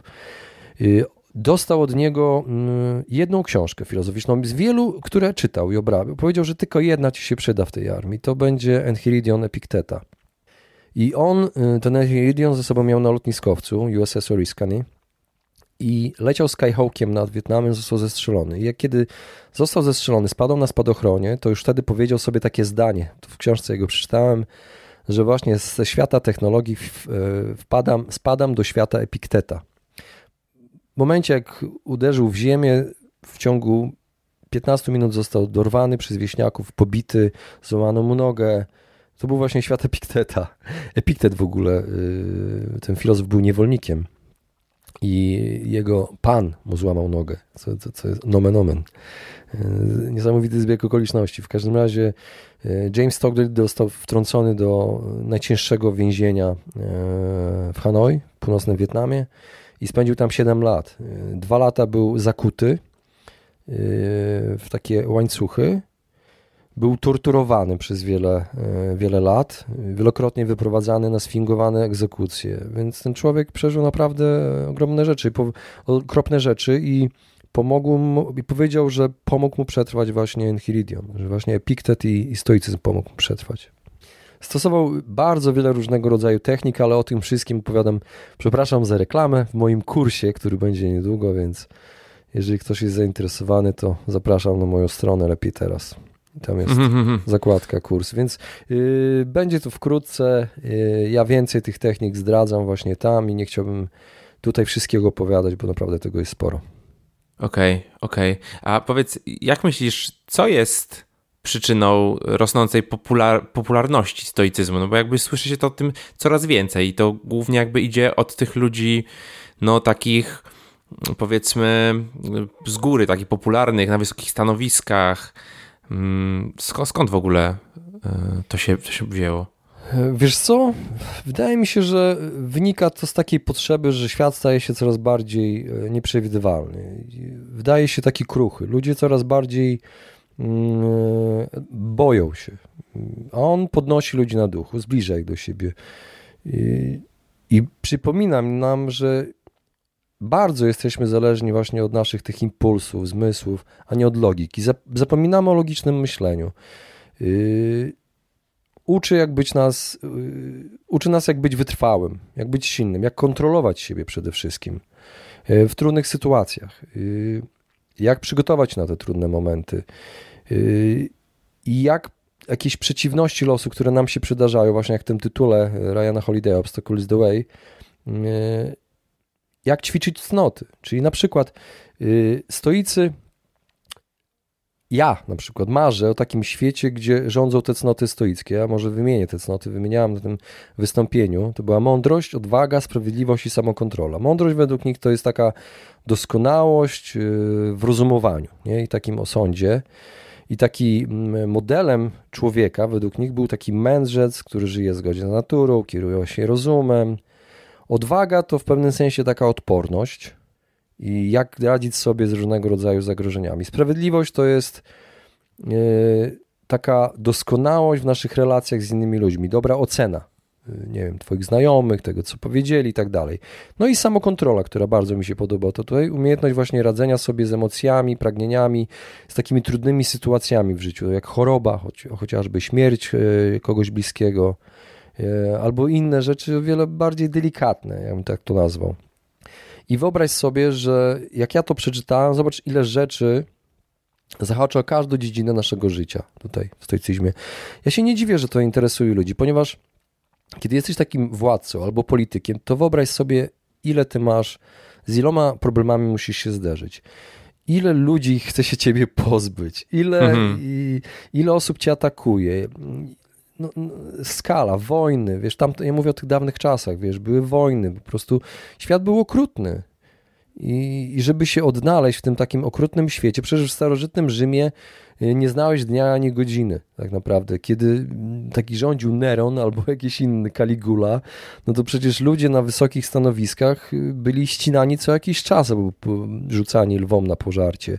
dostał od niego jedną książkę filozoficzną z wielu, które czytał i obrabiał. Powiedział, że tylko jedna ci się przyda w tej armii. To będzie Enchiridion Epikteta. I on, ten Enchiridion ze sobą miał na lotniskowcu U S S Oriskany i leciał Skyhawkiem nad Wietnamem, został zestrzelony. I jak kiedy został zestrzelony, spadł na spadochronie, to już wtedy powiedział sobie takie zdanie, to w książce jego przeczytałem, że właśnie ze świata technologii wpadam, spadam do świata Epikteta. W momencie, jak uderzył w ziemię, w ciągu piętnastu minut został dorwany przez wieśniaków, pobity, złamano mu nogę. To był właśnie świat Epikteta. Epiktet w ogóle, ten filozof był niewolnikiem i jego pan mu złamał nogę, co, co, co jest nomen omen. Niesamowity zbieg okoliczności. W każdym razie James Stockdale został wtrącony do najcięższego więzienia w Hanoi, w północnym Wietnamie. I spędził tam siedem lat. Dwa lata był zakuty w takie łańcuchy. Był torturowany przez wiele, wiele lat. Wielokrotnie wyprowadzany na sfingowane egzekucje. Więc ten człowiek przeżył naprawdę ogromne rzeczy, okropne rzeczy i pomogł mu, i powiedział, że pomógł mu przetrwać właśnie Enchiridion. Że właśnie Epiktet i, i stoicyzm pomógł mu przetrwać. Stosował bardzo wiele różnego rodzaju technik, ale o tym wszystkim opowiadam, przepraszam za reklamę, w moim kursie, który będzie niedługo, więc jeżeli ktoś jest zainteresowany, to zapraszam na moją stronę Lepiej Teraz. Tam jest mm-hmm. zakładka kurs, więc yy, będzie to wkrótce. Yy, ja więcej tych technik zdradzam właśnie tam i nie chciałbym tutaj wszystkiego opowiadać, bo naprawdę tego jest sporo. Okej, okay, okej. Okay. A powiedz, jak myślisz, co jest przyczyną rosnącej popular- popularności stoicyzmu? No bo jakby słyszy się to o tym coraz więcej i to głównie jakby idzie od tych ludzi, no takich powiedzmy z góry, takich popularnych, na wysokich stanowiskach. Skąd, skąd w ogóle to się, to się wzięło? Wiesz co? Wydaje mi się, że wynika to z takiej potrzeby, że świat staje się coraz bardziej nieprzewidywalny. Wydaje się taki kruchy. Ludzie coraz bardziej boją się. A on podnosi ludzi na duchu, zbliża ich do siebie. I, i przypomina nam, że bardzo jesteśmy zależni właśnie od naszych tych impulsów, zmysłów, a nie od logiki. Zapominamy o logicznym myśleniu. Yy, uczy, jak być nas, yy, uczy nas, jak być wytrwałym, jak być silnym, jak kontrolować siebie przede wszystkim yy, w trudnych sytuacjach. Yy, jak przygotować na te trudne momenty. Yy, I jak jakieś przeciwności losu, które nam się przydarzają, właśnie jak w tym tytule Ryana Holiday'a Obstacle is the Way, yy, jak ćwiczyć cnoty. Czyli na przykład yy, stoicy, ja na przykład marzę o takim świecie, gdzie rządzą te cnoty stoickie. Ja może wymienię te cnoty, wymieniałem na tym wystąpieniu. To była mądrość, odwaga, sprawiedliwość i samokontrola. Mądrość według nich to jest taka doskonałość w rozumowaniu, nie? I takim osądzie. I taki modelem człowieka według nich był taki mędrzec, który żyje zgodnie z naturą, kieruje się rozumem. Odwaga to w pewnym sensie taka odporność i jak radzić sobie z różnego rodzaju zagrożeniami. Sprawiedliwość to jest yy, taka doskonałość w naszych relacjach z innymi ludźmi, dobra ocena, yy, nie wiem, twoich znajomych, tego co powiedzieli i tak dalej. No i samokontrola, która bardzo mi się podoba, to tutaj umiejętność właśnie radzenia sobie z emocjami, pragnieniami, z takimi trudnymi sytuacjami w życiu, jak choroba, choć, chociażby śmierć yy, kogoś bliskiego, yy, albo inne rzeczy o wiele bardziej delikatne, ja bym tak to nazwał. I wyobraź sobie, że jak ja to przeczytałem, zobacz ile rzeczy zahacza o każdą dziedzinę naszego życia tutaj w stoicyzmie. Ja się nie dziwię, że to interesuje ludzi, ponieważ kiedy jesteś takim władcą albo politykiem, to wyobraź sobie, ile ty masz, z iloma problemami musisz się zderzyć. Ile ludzi chce się ciebie pozbyć, ile, mhm. i, ile osób cię atakuje. No, no, skala, wojny, wiesz, tam, ja mówię o tych dawnych czasach, wiesz, były wojny, po prostu świat był okrutny i, i żeby się odnaleźć w tym takim okrutnym świecie, przecież w starożytnym Rzymie nie znałeś dnia ani godziny tak naprawdę, kiedy taki rządził Neron albo jakiś inny Caligula, no to przecież ludzie na wysokich stanowiskach byli ścinani co jakiś czas albo rzucani lwom na pożarcie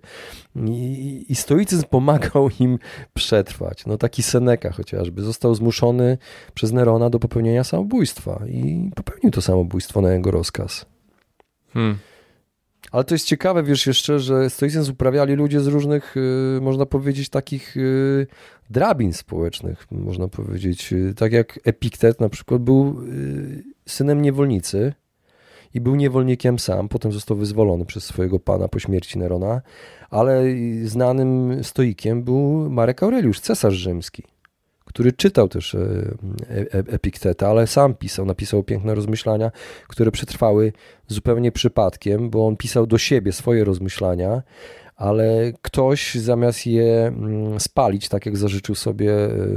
i, i stoicyzm pomagał im przetrwać. No taki Seneca chociażby został zmuszony przez Nerona do popełnienia samobójstwa i popełnił to samobójstwo na jego rozkaz. Hmm. Ale to jest ciekawe, wiesz jeszcze, że stoicyzm uprawiali ludzie z różnych, yy, można powiedzieć, takich yy, drabin społecznych, można powiedzieć. Yy, tak jak Epiktet na przykład był yy, synem niewolnicy i był niewolnikiem sam, potem został wyzwolony przez swojego pana po śmierci Nerona, ale znanym stoikiem był Marek Aureliusz, cesarz rzymski, który czytał też Epikteta, ale sam pisał, napisał piękne rozmyślania, które przetrwały zupełnie przypadkiem, bo on pisał do siebie swoje rozmyślania, ale ktoś zamiast je spalić, tak jak zażyczył sobie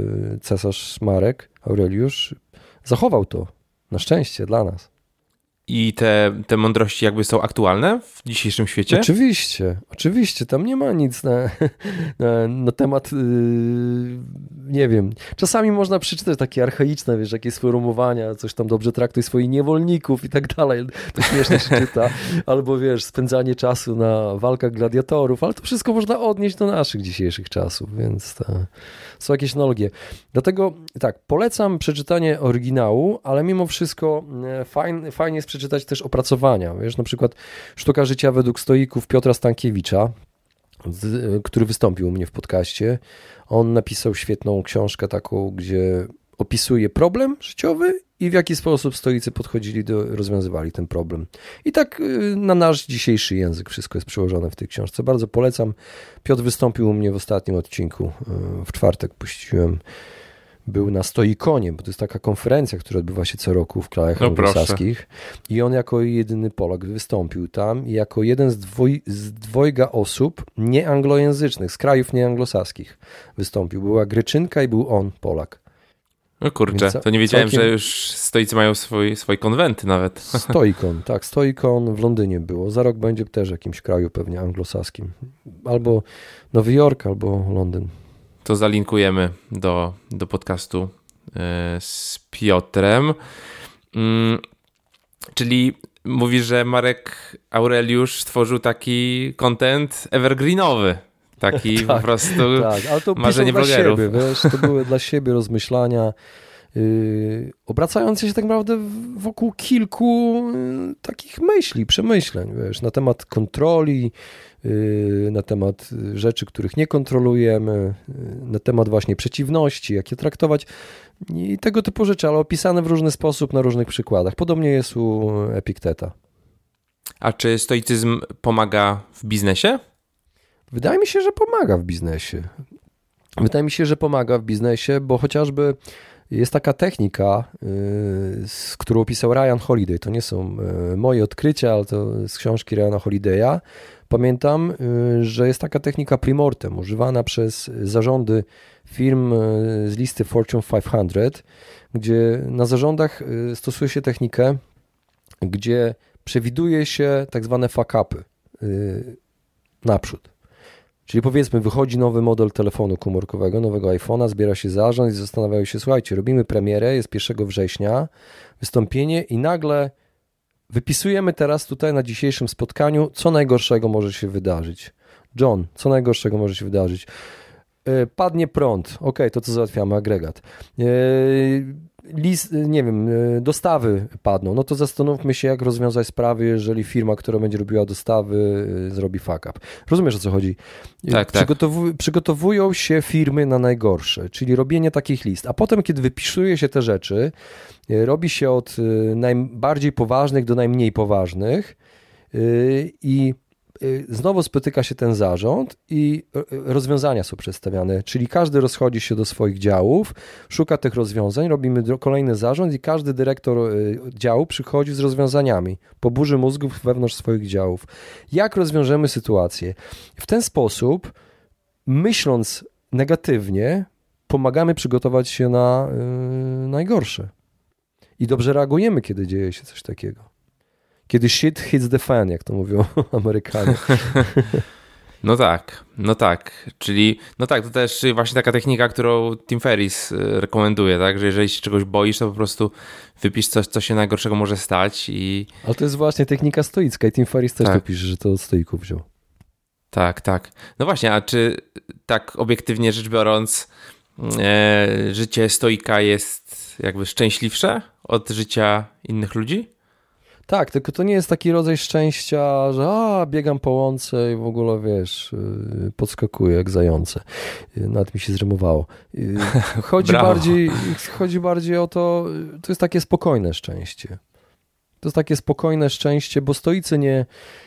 cesarz Marek Aureliusz, zachował to, na szczęście dla nas. I te, te mądrości jakby są aktualne w dzisiejszym świecie? Oczywiście, oczywiście. Tam nie ma nic na, na, na temat, yy, nie wiem. Czasami można przeczytać takie archaiczne, wiesz, jakieś sformułowania, coś tam dobrze traktuj swoich niewolników i tak dalej. To śmiesznie się czyta. Albo wiesz, spędzanie czasu na walkach gladiatorów, ale to wszystko można odnieść do naszych dzisiejszych czasów, więc to są jakieś analogie. Dlatego tak, polecam przeczytanie oryginału, ale mimo wszystko fajnie, fajnie jest przeczytać też opracowania. Wiesz, na przykład Sztuka życia według stoików Piotra Stankiewicza, z, który wystąpił u mnie w podcaście. On napisał świetną książkę taką, gdzie opisuje problem życiowy i w jaki sposób stoicy podchodzili do, rozwiązywali ten problem. I tak na nasz dzisiejszy język wszystko jest przełożone w tej książce. Bardzo polecam. Piotr wystąpił u mnie w ostatnim odcinku. W czwartek puściłem. Był na Stoikonie, bo to jest taka konferencja, która odbywa się co roku w krajach no anglosaskich. I on jako jedyny Polak wystąpił tam i jako jeden z, dwoj, z dwojga osób nieanglojęzycznych, z krajów nieanglosaskich wystąpił. Była Greczynka i był on, Polak. No kurczę, to nie wiedziałem, całkiem... że już stoicy mają swój, swoje konwenty nawet. Stoikon, tak, Stoikon w Londynie było. Za rok będzie też w jakimś kraju pewnie anglosaskim. Albo Nowy Jork, albo Londyn. To zalinkujemy do, do podcastu z Piotrem. Czyli mówisz, że Marek Aureliusz stworzył taki content evergreenowy. Taki tak, po prostu tak, ale to marzenie dla blogerów. siebie, wiesz, to były dla siebie rozmyślania, yy, obracające się tak naprawdę wokół kilku yy, takich myśli, przemyśleń, wiesz, na temat kontroli, yy, na temat rzeczy, których nie kontrolujemy, yy, na temat właśnie przeciwności, jak je traktować i tego typu rzeczy, ale opisane w różny sposób na różnych przykładach. Podobnie jest u Epikteta. A czy stoicyzm pomaga w biznesie? Wydaje mi się, że pomaga w biznesie. Wydaje mi się, że pomaga w biznesie, bo chociażby jest taka technika, z którą opisał Ryan Holiday. To nie są moje odkrycia, ale to z książki Ryana Holidaya. Pamiętam, że jest taka technika primortem, używana przez zarządy firm z listy Fortune pięćset, gdzie na zarządach stosuje się technikę, gdzie przewiduje się tak zwane fuck-upy naprzód. Czyli powiedzmy, wychodzi nowy model telefonu komórkowego, nowego iPhone'a, zbiera się zarząd i zastanawiają się, słuchajcie, robimy premierę, jest pierwszego września, wystąpienie i nagle wypisujemy teraz tutaj na dzisiejszym spotkaniu, co najgorszego może się wydarzyć. John, co najgorszego może się wydarzyć? Yy, padnie prąd, ok, to co załatwiamy, agregat. Yy, list, nie wiem, dostawy padną, no to zastanówmy się, jak rozwiązać sprawy, jeżeli firma, która będzie robiła dostawy, zrobi fuck up. Rozumiesz, o co chodzi? Tak, Przygotowu- tak. Przygotowują się firmy na najgorsze, czyli robienie takich list, a potem, kiedy wypisuje się te rzeczy, robi się od najbardziej poważnych do najmniej poważnych i znowu spotyka się ten zarząd i rozwiązania są przedstawiane, czyli każdy rozchodzi się do swoich działów, szuka tych rozwiązań, robimy kolejny zarząd i każdy dyrektor działu przychodzi z rozwiązaniami po burzy mózgów wewnątrz swoich działów. Jak rozwiążemy sytuację? W ten sposób, myśląc negatywnie, pomagamy przygotować się na yy, najgorsze. I dobrze reagujemy, kiedy dzieje się coś takiego. Kiedy shit hits the fan, jak to mówią Amerykanie. No tak, no tak, czyli no tak, to też właśnie taka technika, którą Tim Ferriss rekomenduje, tak, że jeżeli się czegoś boisz, to po prostu wypisz coś, co się najgorszego może stać i... Ale to jest właśnie technika stoicka i Tim Ferriss też tak. to pisze, że to od stoików wziął. Tak, tak. No właśnie, a czy tak obiektywnie rzecz biorąc e, życie stoika jest jakby szczęśliwsze od życia innych ludzi? Tak, tylko to nie jest taki rodzaj szczęścia, że a, biegam po łące i w ogóle, wiesz, podskakuję jak zające. Nawet mi się zrymowało. Chodzi, bardziej, chodzi bardziej o to, to jest takie spokojne szczęście. To jest takie spokojne szczęście, bo stoicy nie,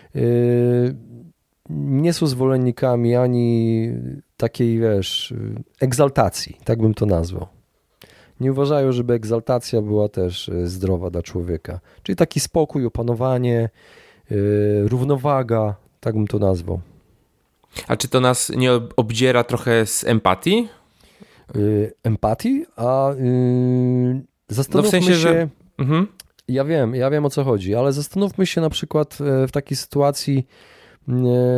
nie są zwolennikami ani takiej, wiesz, egzaltacji, tak bym to nazwał. Nie uważają, żeby egzaltacja była też zdrowa dla człowieka. Czyli taki spokój, opanowanie, yy, równowaga, tak bym to nazwał. A czy to nas nie obdziera trochę z empatii? Yy, empatii? A yy, zastanówmy no w sensie, się... Że... Mhm. Ja wiem, ja wiem o co chodzi, ale zastanówmy się na przykład w takiej sytuacji, yy,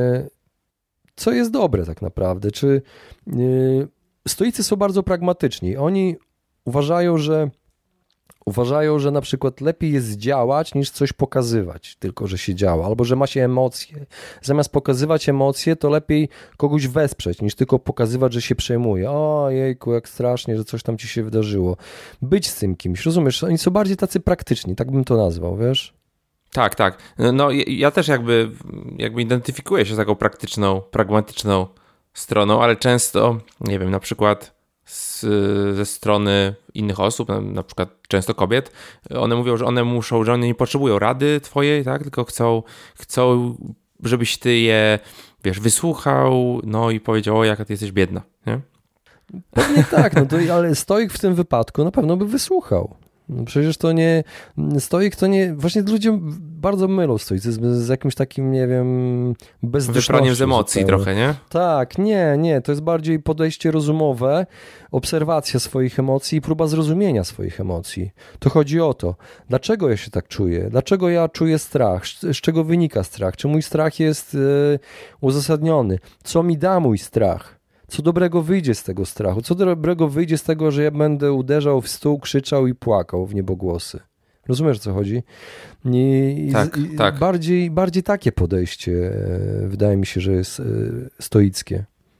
co jest dobre tak naprawdę. Czy yy, stoicy są bardzo pragmatyczni. Oni Uważają, że uważają, że na przykład lepiej jest działać niż coś pokazywać, tylko że się działa, albo że ma się emocje. Zamiast pokazywać emocje, to lepiej kogoś wesprzeć, niż tylko pokazywać, że się przejmuje. O jejku, jak strasznie, że coś tam ci się wydarzyło. Być z tym kimś, rozumiesz? Oni są bardziej tacy praktyczni, tak bym to nazwał, wiesz? Tak, tak. No ja też jakby, jakby identyfikuję się z taką praktyczną, pragmatyczną stroną, ale często, nie wiem, na przykład Z, ze strony innych osób, na, na przykład często kobiet, one mówią, że one muszą, że one nie potrzebują rady twojej, tak, tylko chcą, chcą, żebyś ty je, wiesz, wysłuchał, no i powiedział, o jaka ty jesteś biedna, nie? Pewnie tak, no to, ale stoik w tym wypadku na pewno by wysłuchał. No przecież to nie, stoik to nie, właśnie ludzie bardzo mylą stoicyzm z jakimś takim, nie wiem, bezdusznością. Wypraniem z emocji zupełnie. trochę, nie? Tak, nie, nie, to jest bardziej podejście rozumowe, obserwacja swoich emocji i próba zrozumienia swoich emocji. To chodzi o to, dlaczego ja się tak czuję, dlaczego ja czuję strach, z, z czego wynika strach, czy mój strach jest yy, uzasadniony, co mi da mój strach. Co dobrego wyjdzie z tego strachu? Co dobrego wyjdzie z tego, że ja będę uderzał w stół, krzyczał i płakał w niebogłosy? Rozumiesz, o co chodzi? I, tak, i tak. Bardziej, bardziej takie podejście wydaje mi się, że jest stoickie.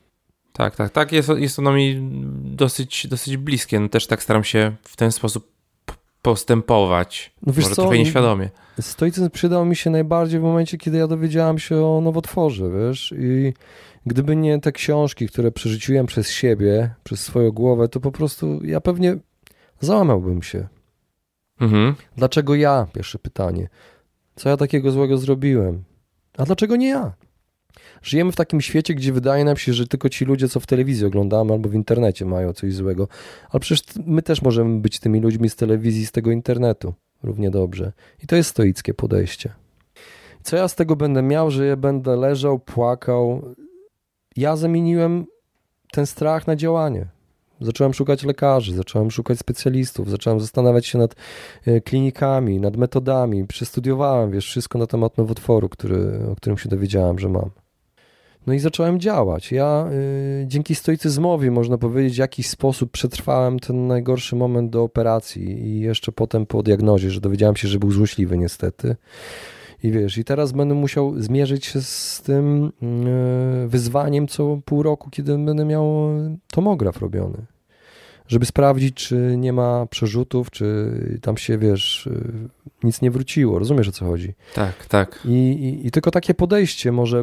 Tak, tak, tak. Jest, jest ono mi dosyć, dosyć bliskie. No też tak staram się w ten sposób postępować. No wiesz Może co? trochę nieświadomie. Stoicyzm przydał mi się najbardziej w momencie, kiedy ja dowiedziałem się o nowotworze, wiesz, i gdyby nie te książki, które przerzuciłem przez siebie, przez swoją głowę, to po prostu ja pewnie załamałbym się. Mhm. Dlaczego ja? Pierwsze pytanie. Co ja takiego złego zrobiłem? A dlaczego nie ja? Żyjemy w takim świecie, gdzie wydaje nam się, że tylko ci ludzie, co w telewizji oglądamy albo w internecie mają coś złego. Ale przecież my też możemy być tymi ludźmi z telewizji, z tego internetu. Równie dobrze. I to jest stoickie podejście. Co ja z tego będę miał, że ja będę leżał, płakał? Ja zamieniłem ten strach na działanie. Zacząłem szukać lekarzy, zacząłem szukać specjalistów, zacząłem zastanawiać się nad klinikami, nad metodami. Przestudiowałem, wiesz, wszystko na temat nowotworu, który, o którym się dowiedziałem, że mam. No i zacząłem działać. Ja y, dzięki stoicyzmowi, można powiedzieć, w jakiś sposób przetrwałem ten najgorszy moment do operacji i jeszcze potem po diagnozie, że dowiedziałem się, że był złośliwy niestety. I wiesz, i teraz będę musiał zmierzyć się z tym y, wyzwaniem co pół roku, kiedy będę miał tomograf robiony. Żeby sprawdzić, czy nie ma przerzutów, czy tam się, wiesz, y, nic nie wróciło. Rozumiesz, o co chodzi? Tak, tak. I, i, i tylko takie podejście może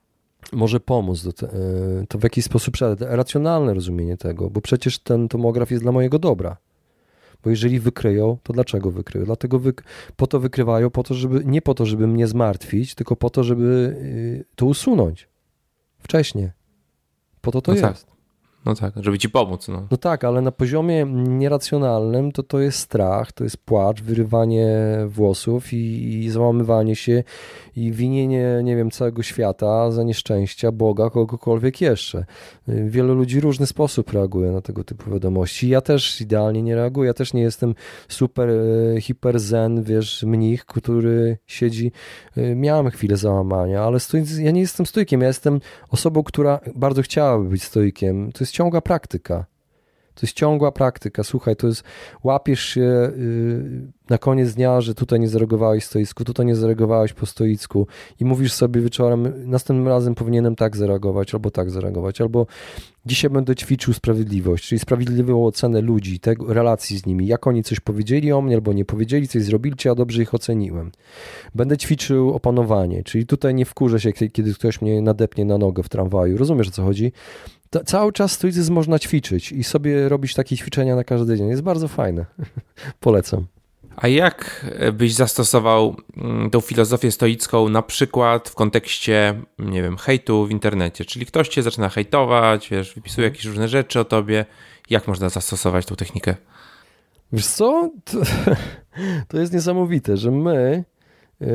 może pomóc, do te, to w jakiś sposób racjonalne rozumienie tego, bo przecież ten tomograf jest dla mojego dobra. Bo jeżeli wykryją, to dlaczego wykryją? Dlatego wy, po to wykrywają, po to, żeby, nie po to, żeby mnie zmartwić, tylko po to, żeby to usunąć wcześniej. Po to to no jest. Tak. No tak, żeby ci pomóc. No. no tak, ale na poziomie nieracjonalnym to to jest strach, to jest płacz, wyrywanie włosów i, i załamywanie się i winienie, nie wiem, całego świata za nieszczęścia, Boga, kogokolwiek jeszcze. Wielu ludzi w różny sposób reaguje na tego typu wiadomości. Ja też idealnie nie reaguję. Ja też nie jestem super, hiper zen, wiesz, mnich, który siedzi. Miałem chwilę załamania, ale stoic, ja nie jestem stoikiem. Ja jestem osobą, która bardzo chciałaby być stoikiem. To jest ciągła praktyka. To jest ciągła praktyka. Słuchaj, to jest, łapiesz się yy, na koniec dnia, że tutaj nie zareagowałeś stoicku, tutaj nie zareagowałeś po stoicku i mówisz sobie wieczorem, następnym razem powinienem tak zareagować, albo tak zareagować, albo dzisiaj będę ćwiczył sprawiedliwość, czyli sprawiedliwą ocenę ludzi, tego, relacji z nimi, jak oni coś powiedzieli o mnie, albo nie powiedzieli, coś zrobili, czy ja dobrze ich oceniłem. Będę ćwiczył opanowanie, czyli tutaj nie wkurzę się, kiedy ktoś mnie nadepnie na nogę w tramwaju. Rozumiesz, o co chodzi? To cały czas stoicyzm można ćwiczyć i sobie robić takie ćwiczenia na każdy dzień. Jest bardzo fajne. Polecam. A jak byś zastosował tą filozofię stoicką na przykład w kontekście, nie wiem, hejtu w internecie? Czyli ktoś cię zaczyna hejtować, wiesz, wypisuje jakieś różne rzeczy o tobie. Jak można zastosować tą technikę? Wiesz co? To, to jest niesamowite, że my yy,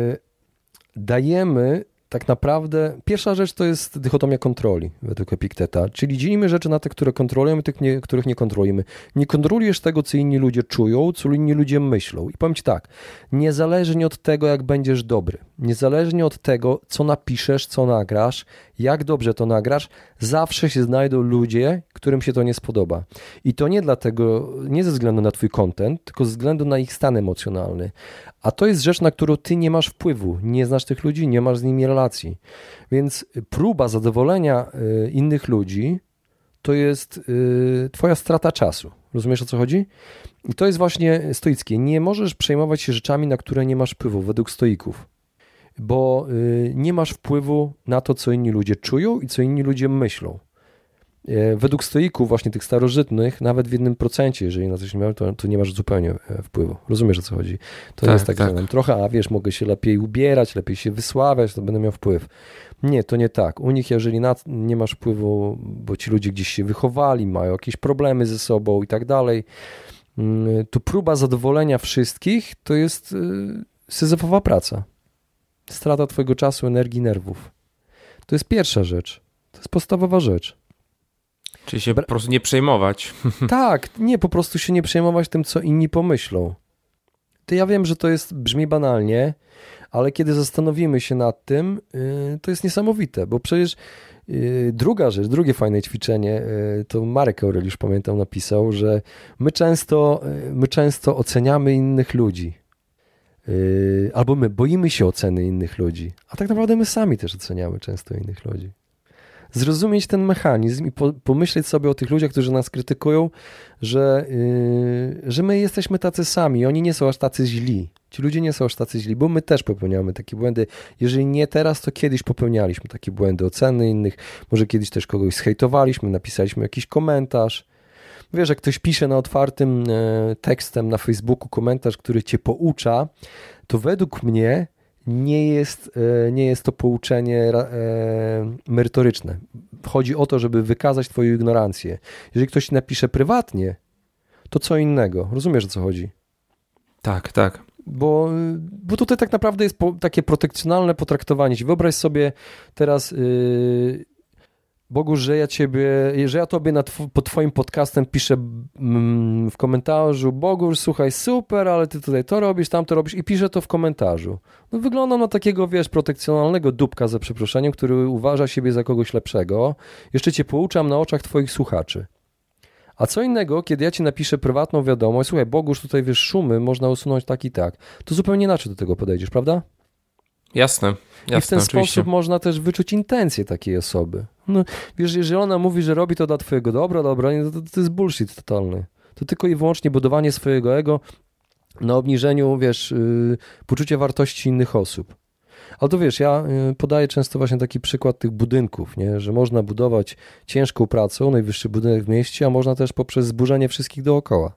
dajemy tak naprawdę, pierwsza rzecz to jest dychotomia kontroli według Epikteta, czyli dzielimy rzeczy na te, które kontrolujemy, tych, nie, których nie kontrolujemy. Nie kontrolujesz tego, co inni ludzie czują, co inni ludzie myślą. I powiem ci tak, niezależnie od tego, jak będziesz dobry, niezależnie od tego, co napiszesz, co nagrasz, jak dobrze to nagrasz, zawsze się znajdą ludzie, którym się to nie spodoba. I to nie dlatego, nie ze względu na twój content, tylko ze względu na ich stan emocjonalny. A to jest rzecz, na którą ty nie masz wpływu, nie znasz tych ludzi, nie masz z nimi relacji. Więc próba zadowolenia innych ludzi to jest twoja strata czasu. Rozumiesz, o co chodzi? I to jest właśnie stoickie. Nie możesz przejmować się rzeczami, na które nie masz wpływu, według stoików. Bo nie masz wpływu na to, co inni ludzie czują i co inni ludzie myślą. Według stoików, właśnie tych starożytnych, nawet w jednym procencie, jeżeli na coś nie miałem, to, to nie masz zupełnie wpływu. Rozumiesz, o co chodzi? To tak, jest tak, tak. że trochę, a wiesz, mogę się lepiej ubierać, lepiej się wysławiać, to będę miał wpływ. Nie, to nie tak. U nich, jeżeli na, nie masz wpływu, bo ci ludzie gdzieś się wychowali, mają jakieś problemy ze sobą i tak dalej, to próba zadowolenia wszystkich to jest syzyfowa praca. Strata twojego czasu, energii, nerwów. To jest pierwsza rzecz. To jest podstawowa rzecz. Czyli się po prostu nie przejmować. Tak, nie, po prostu się nie przejmować tym, co inni pomyślą. To ja wiem, że to jest, brzmi banalnie, ale kiedy zastanowimy się nad tym, yy, to jest niesamowite, bo przecież yy, druga rzecz, drugie fajne ćwiczenie, yy, to Marek Aureliusz, pamiętam, napisał, że my często, yy, my często oceniamy innych ludzi. Yy, albo my boimy się oceny innych ludzi, a tak naprawdę my sami też oceniamy często innych ludzi. zrozumieć ten mechanizm i po, pomyśleć sobie o tych ludziach, którzy nas krytykują, że, yy, że my jesteśmy tacy sami, oni nie są aż tacy źli. Ci ludzie nie są aż tacy źli, bo my też popełniamy takie błędy. Jeżeli nie teraz, to kiedyś popełnialiśmy takie błędy, oceny innych, może kiedyś też kogoś zhejtowaliśmy, napisaliśmy jakiś komentarz. Wiesz, jak ktoś pisze na otwartym e, tekstem na Facebooku komentarz, który cię poucza, to według mnie nie jest, e, nie jest to pouczenie e, merytoryczne. Chodzi o to, żeby wykazać twoją ignorancję. Jeżeli ktoś napisze prywatnie, to co innego. Rozumiesz, o co chodzi? Tak, tak. Bo, bo tutaj tak naprawdę jest po, takie protekcjonalne potraktowanie się. Wyobraź sobie teraz, yy, Bogu, że ja ciebie, że ja tobie nad, pod twoim podcastem piszę mm, w komentarzu: Bogu, słuchaj, super, ale ty tutaj to robisz, tam to robisz, i piszę to w komentarzu. No wyglądam na takiego, wiesz, protekcjonalnego dupka, za przeproszeniem, który uważa siebie za kogoś lepszego. Jeszcze cię pouczam na oczach twoich słuchaczy. A co innego, kiedy ja ci napiszę prywatną wiadomość: słuchaj, Bogusz, tutaj wiesz, szumy można usunąć tak i tak, to zupełnie inaczej do tego podejdziesz, prawda? Jasne, jasne. I w ten oczywiście. sposób można też wyczuć intencje takiej osoby. No, wiesz, jeżeli ona mówi, że robi to dla twojego dobra, dobra, to, to, to jest bullshit totalny. To tylko i wyłącznie budowanie swojego ego na obniżeniu, wiesz, yy, poczucia wartości innych osób. Ale to wiesz, ja podaję często właśnie taki przykład tych budynków, nie? Że można budować ciężką pracą najwyższy budynek w mieście, a można też poprzez zburzenie wszystkich dookoła.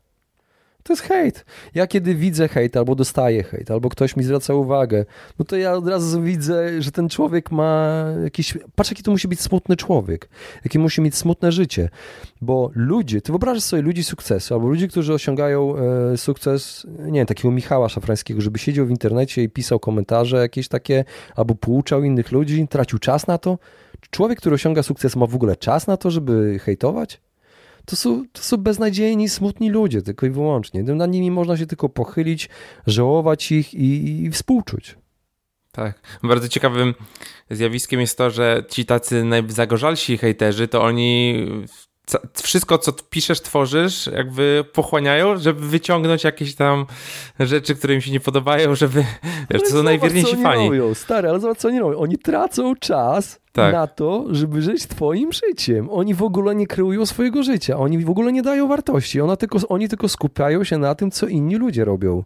To jest hejt. Ja kiedy widzę hejt, albo dostaję hejt, albo ktoś mi zwraca uwagę, no to ja od razu widzę, że ten człowiek ma jakiś... Patrz, jaki to musi być smutny człowiek, jakie musi mieć smutne życie. Bo ludzie, ty wyobrażasz sobie ludzi sukcesu, albo ludzi, którzy osiągają e, sukces, nie wiem, takiego Michała Szafrańskiego, żeby siedział w internecie i pisał komentarze jakieś takie, albo pouczał innych ludzi, tracił czas na to. Człowiek, który osiąga sukces, ma w ogóle czas na to, żeby hejtować? To są, to są beznadziejni, smutni ludzie, tylko i wyłącznie. Nad nimi można się tylko pochylić, żałować ich i, i współczuć. Tak. Bardzo ciekawym zjawiskiem jest to, że ci tacy najzagorzalsi hejterzy, to oni wszystko, co piszesz, tworzysz, jakby pochłaniają, żeby wyciągnąć jakieś tam rzeczy, które im się nie podobają, żeby... Wiesz, to są najwierniejsi fani. Robią, stary, ale zobacz, co oni robią. Oni tracą czas tak. na to, żeby żyć twoim życiem. Oni w ogóle nie kreują swojego życia. Oni w ogóle nie dają wartości. Ona tylko, oni tylko skupiają się na tym, co inni ludzie robią.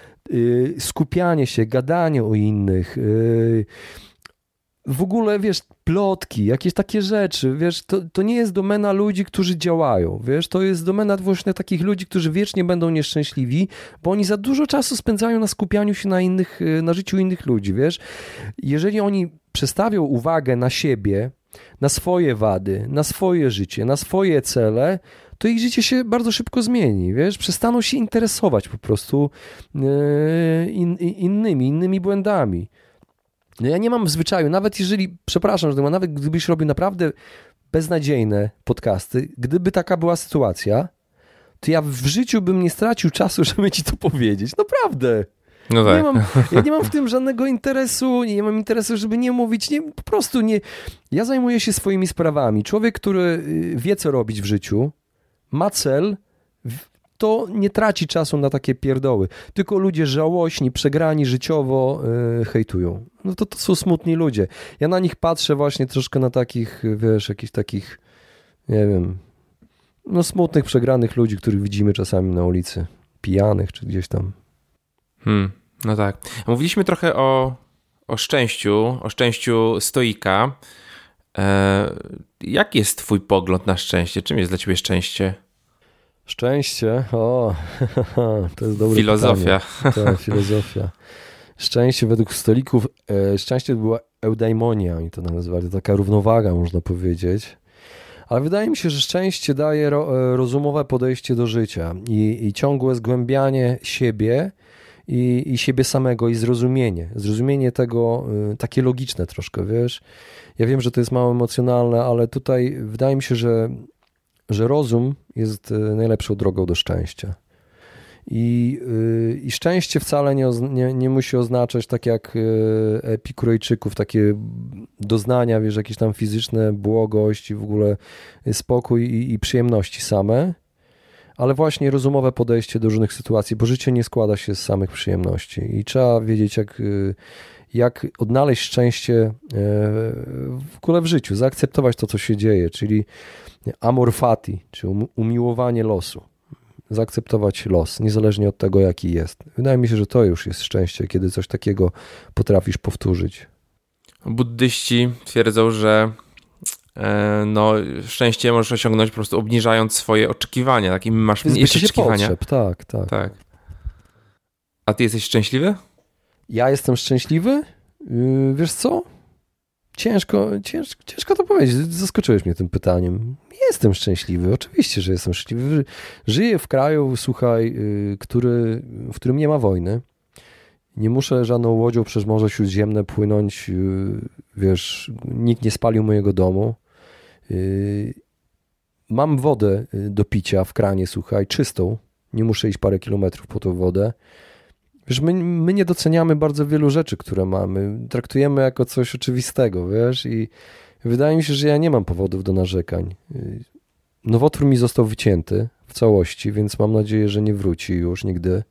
Yy, skupianie się, gadanie o innych... Yy, w ogóle, wiesz, plotki, jakieś takie rzeczy, wiesz, to, to nie jest domena ludzi, którzy działają, wiesz, to jest domena właśnie takich ludzi, którzy wiecznie będą nieszczęśliwi, bo oni za dużo czasu spędzają na skupianiu się na innych, na życiu innych ludzi, wiesz. Jeżeli oni przestawią uwagę na siebie, na swoje wady, na swoje życie, na swoje cele, to ich życie się bardzo szybko zmieni, wiesz, przestaną się interesować po prostu yy, in, innymi, innymi błędami. No ja nie mam w zwyczaju, nawet jeżeli, przepraszam, że nawet gdybyś robił naprawdę beznadziejne podcasty, gdyby taka była sytuacja, to ja w życiu bym nie stracił czasu, żeby ci to powiedzieć. Naprawdę. No tak. Nie mam, ja nie mam w tym żadnego interesu, nie mam interesu, żeby nie mówić, nie, po prostu nie. Ja zajmuję się swoimi sprawami. Człowiek, który wie, co robić w życiu, ma cel, to nie traci czasu na takie pierdoły. Tylko ludzie żałośni, przegrani życiowo yy, hejtują. No to, to są smutni ludzie. Ja na nich patrzę właśnie troszkę na takich, wiesz, jakichś takich, nie wiem, no smutnych, przegranych ludzi, których widzimy czasami na ulicy, pijanych czy gdzieś tam. Hmm, no tak. Mówiliśmy trochę o, o szczęściu, o szczęściu stoika. E, jaki jest twój pogląd na szczęście? Czym jest dla ciebie szczęście? Szczęście? O, to jest dobre Filozofia. pytanie. Tak, filozofia. Szczęście według stolików, e, szczęście to była eudaimonia, oni to nazywali, to taka równowaga, można powiedzieć. Ale wydaje mi się, że szczęście daje ro, rozumowe podejście do życia i, i ciągłe zgłębianie siebie i, i siebie samego i zrozumienie. Zrozumienie tego, y, takie logiczne troszkę, wiesz. Ja wiem, że to jest mało emocjonalne, ale tutaj wydaje mi się, że że rozum jest najlepszą drogą do szczęścia. I, yy, i szczęście wcale nie, nie, nie musi oznaczać, tak jak yy, Epikurejczyków, takie doznania, wiesz, jakieś tam fizyczne, błogość i w ogóle spokój i, i przyjemności same, ale właśnie rozumowe podejście do różnych sytuacji, bo życie nie składa się z samych przyjemności i trzeba wiedzieć, jak, yy, jak odnaleźć szczęście w ogóle w życiu, zaakceptować to, co się dzieje, czyli amor fati, czy umiłowanie losu. Zaakceptować los, niezależnie od tego, jaki jest. Wydaje mi się, że to już jest szczęście, kiedy coś takiego potrafisz powtórzyć. Buddyści twierdzą, że no, szczęście możesz osiągnąć po prostu obniżając swoje oczekiwania, tak? Im masz mniejsze oczekiwania. Potrzeb, tak, tak, tak. A ty jesteś szczęśliwy? Ja jestem szczęśliwy? Yy, wiesz co? Ciężko, cięż, ciężko to powiedzieć. Zaskoczyłeś mnie tym pytaniem. Jestem szczęśliwy. Oczywiście, że jestem szczęśliwy. Żyję w kraju, słuchaj, yy, który, w którym nie ma wojny. Nie muszę żadną łodzią przez Morze Śródziemne płynąć. Yy, wiesz, nikt nie spalił mojego domu. Yy, mam wodę do picia w kranie, słuchaj, czystą. Nie muszę iść parę kilometrów po tą wodę. Wiesz, my, my nie doceniamy bardzo wielu rzeczy, które mamy. Traktujemy jako coś oczywistego, wiesz, i wydaje mi się, że ja nie mam powodów do narzekań. Nowotwór mi został wycięty w całości, więc mam nadzieję, że nie wróci już nigdy.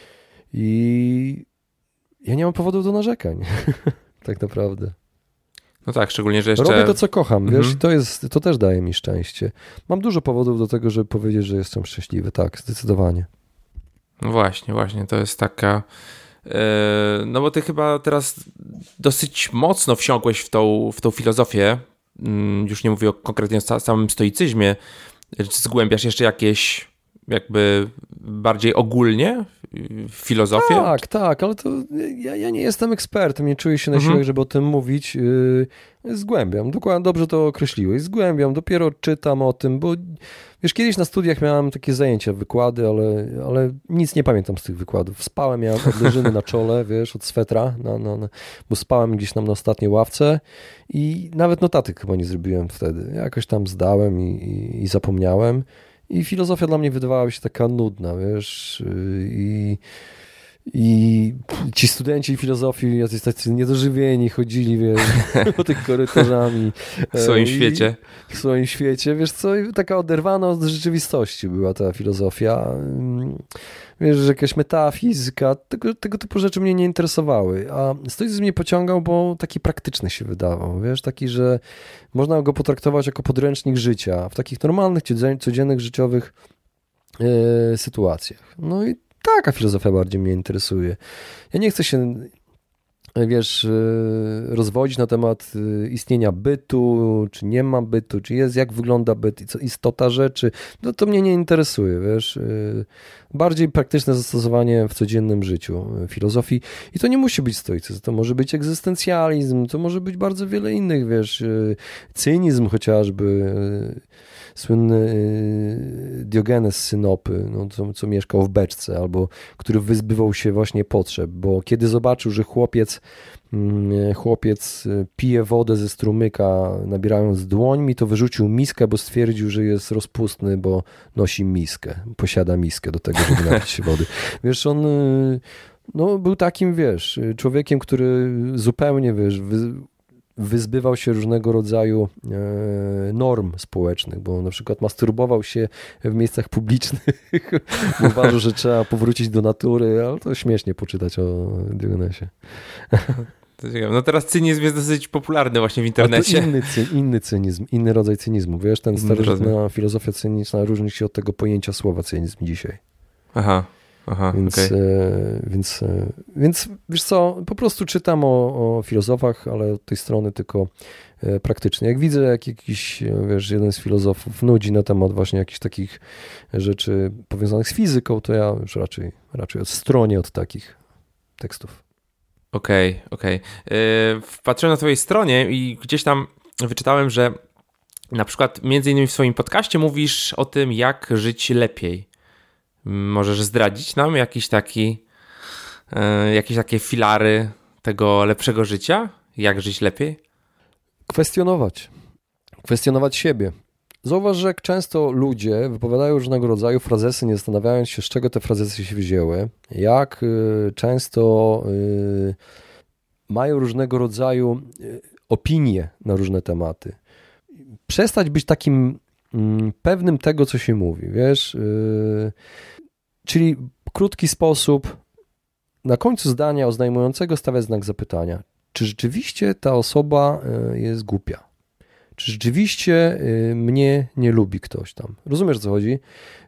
I ja nie mam powodów do narzekań, tak naprawdę. No tak, szczególnie, że jeszcze... Robię to, co kocham, mhm. wiesz, to, jest, to też daje mi szczęście. Mam dużo powodów do tego, żeby powiedzieć, że jestem szczęśliwy, tak, zdecydowanie. No właśnie, właśnie, to jest taka... Yy, no bo ty chyba teraz dosyć mocno wsiąkłeś w tą, w tą filozofię, yy, już nie mówię o konkretnie o samym stoicyzmie, czy zgłębiasz jeszcze jakieś jakby bardziej ogólnie filozofię? Tak, tak, ale to ja, ja nie jestem ekspertem, nie czuję się na siłę, mhm. żeby o tym mówić. Yy, zgłębiam, dokładnie dobrze to określiłeś, zgłębiam, dopiero czytam o tym, bo wiesz, kiedyś na studiach miałem takie zajęcia, wykłady, ale, ale nic nie pamiętam z tych wykładów. Spałem, miałem odleżyny na czole, wiesz, od swetra, na, na, na, bo spałem gdzieś tam na ostatniej ławce i nawet notatek chyba nie zrobiłem wtedy. Jakoś tam zdałem i, i, i zapomniałem. I filozofia dla mnie wydawała się taka nudna, wiesz, i, i ci studenci filozofii, jacyś tacy niedożywieni, chodzili, wiesz, po tych korytarzami. W swoim świecie. W swoim świecie, wiesz co, i taka oderwana od rzeczywistości była ta filozofia. Wiesz, że jakaś metafizyka, tego, tego typu rzeczy mnie nie interesowały, a stoicyzm mnie pociągał, bo taki praktyczny się wydawał, wiesz, taki, że można go potraktować jako podręcznik życia w takich normalnych, codziennych, życiowych yy, sytuacjach. No i taka filozofia bardziej mnie interesuje. Ja nie chcę się, wiesz, rozwodzić na temat istnienia bytu, czy nie ma bytu, czy jest, jak wygląda byt, i co, istota rzeczy. No to mnie nie interesuje, wiesz. Bardziej praktyczne zastosowanie w codziennym życiu filozofii. I to nie musi być stoicyzm, to może być egzystencjalizm, to może być bardzo wiele innych, wiesz, cynizm chociażby. Słynny Diogenes z Synopy, no, co, co mieszkał w beczce, albo który wyzbywał się właśnie potrzeb, bo kiedy zobaczył, że chłopiec, chłopiec pije wodę ze strumyka, nabierając dłońmi, to wyrzucił miskę, bo stwierdził, że jest rozpustny, bo nosi miskę, posiada miskę do tego, żeby napić się wody. Wiesz, on no, był takim, wiesz, człowiekiem, który zupełnie, wiesz, wy, wyzbywał się różnego rodzaju norm społecznych, bo na przykład masturbował się w miejscach publicznych, bo uważał, że trzeba powrócić do natury, ale to śmiesznie poczytać o Diogenesie. No teraz cynizm jest dosyć popularny właśnie w internecie. Ale to inny, cy, inny cynizm, inny rodzaj cynizmu. Wiesz, ten starożytna filozofia cyniczna różni się od tego pojęcia słowa cynizm dzisiaj. Aha. Aha, więc, okay. e, więc, e, więc wiesz co, po prostu czytam o, o filozofach, ale od tej strony tylko e, praktycznie. Jak widzę, jak jakiś, wiesz, jeden z filozofów nudzi na temat właśnie jakichś takich rzeczy powiązanych z fizyką, to ja już raczej, raczej od stronie od takich tekstów. Okej, okay, okej. Okay. Yy, patrzyłem na twojej stronie i gdzieś tam wyczytałem, że na przykład między innymi w swoim podcaście mówisz o tym, jak żyć lepiej. Możesz zdradzić nam jakiś taki, yy, jakieś takie filary tego lepszego życia? Jak żyć lepiej? Kwestionować. Kwestionować siebie. Zauważ, że jak często ludzie wypowiadają różnego rodzaju frazesy, nie zastanawiając się, z czego te frazesy się wzięły, jak yy, często yy, mają różnego rodzaju yy, opinie na różne tematy. Przestać być takim yy, pewnym tego, co się mówi, wiesz, yy, czyli krótki sposób na końcu zdania oznajmującego stawiać znak zapytania. czy rzeczywiście ta osoba jest głupia. Czy rzeczywiście mnie nie lubi ktoś tam. Rozumiesz, o co chodzi?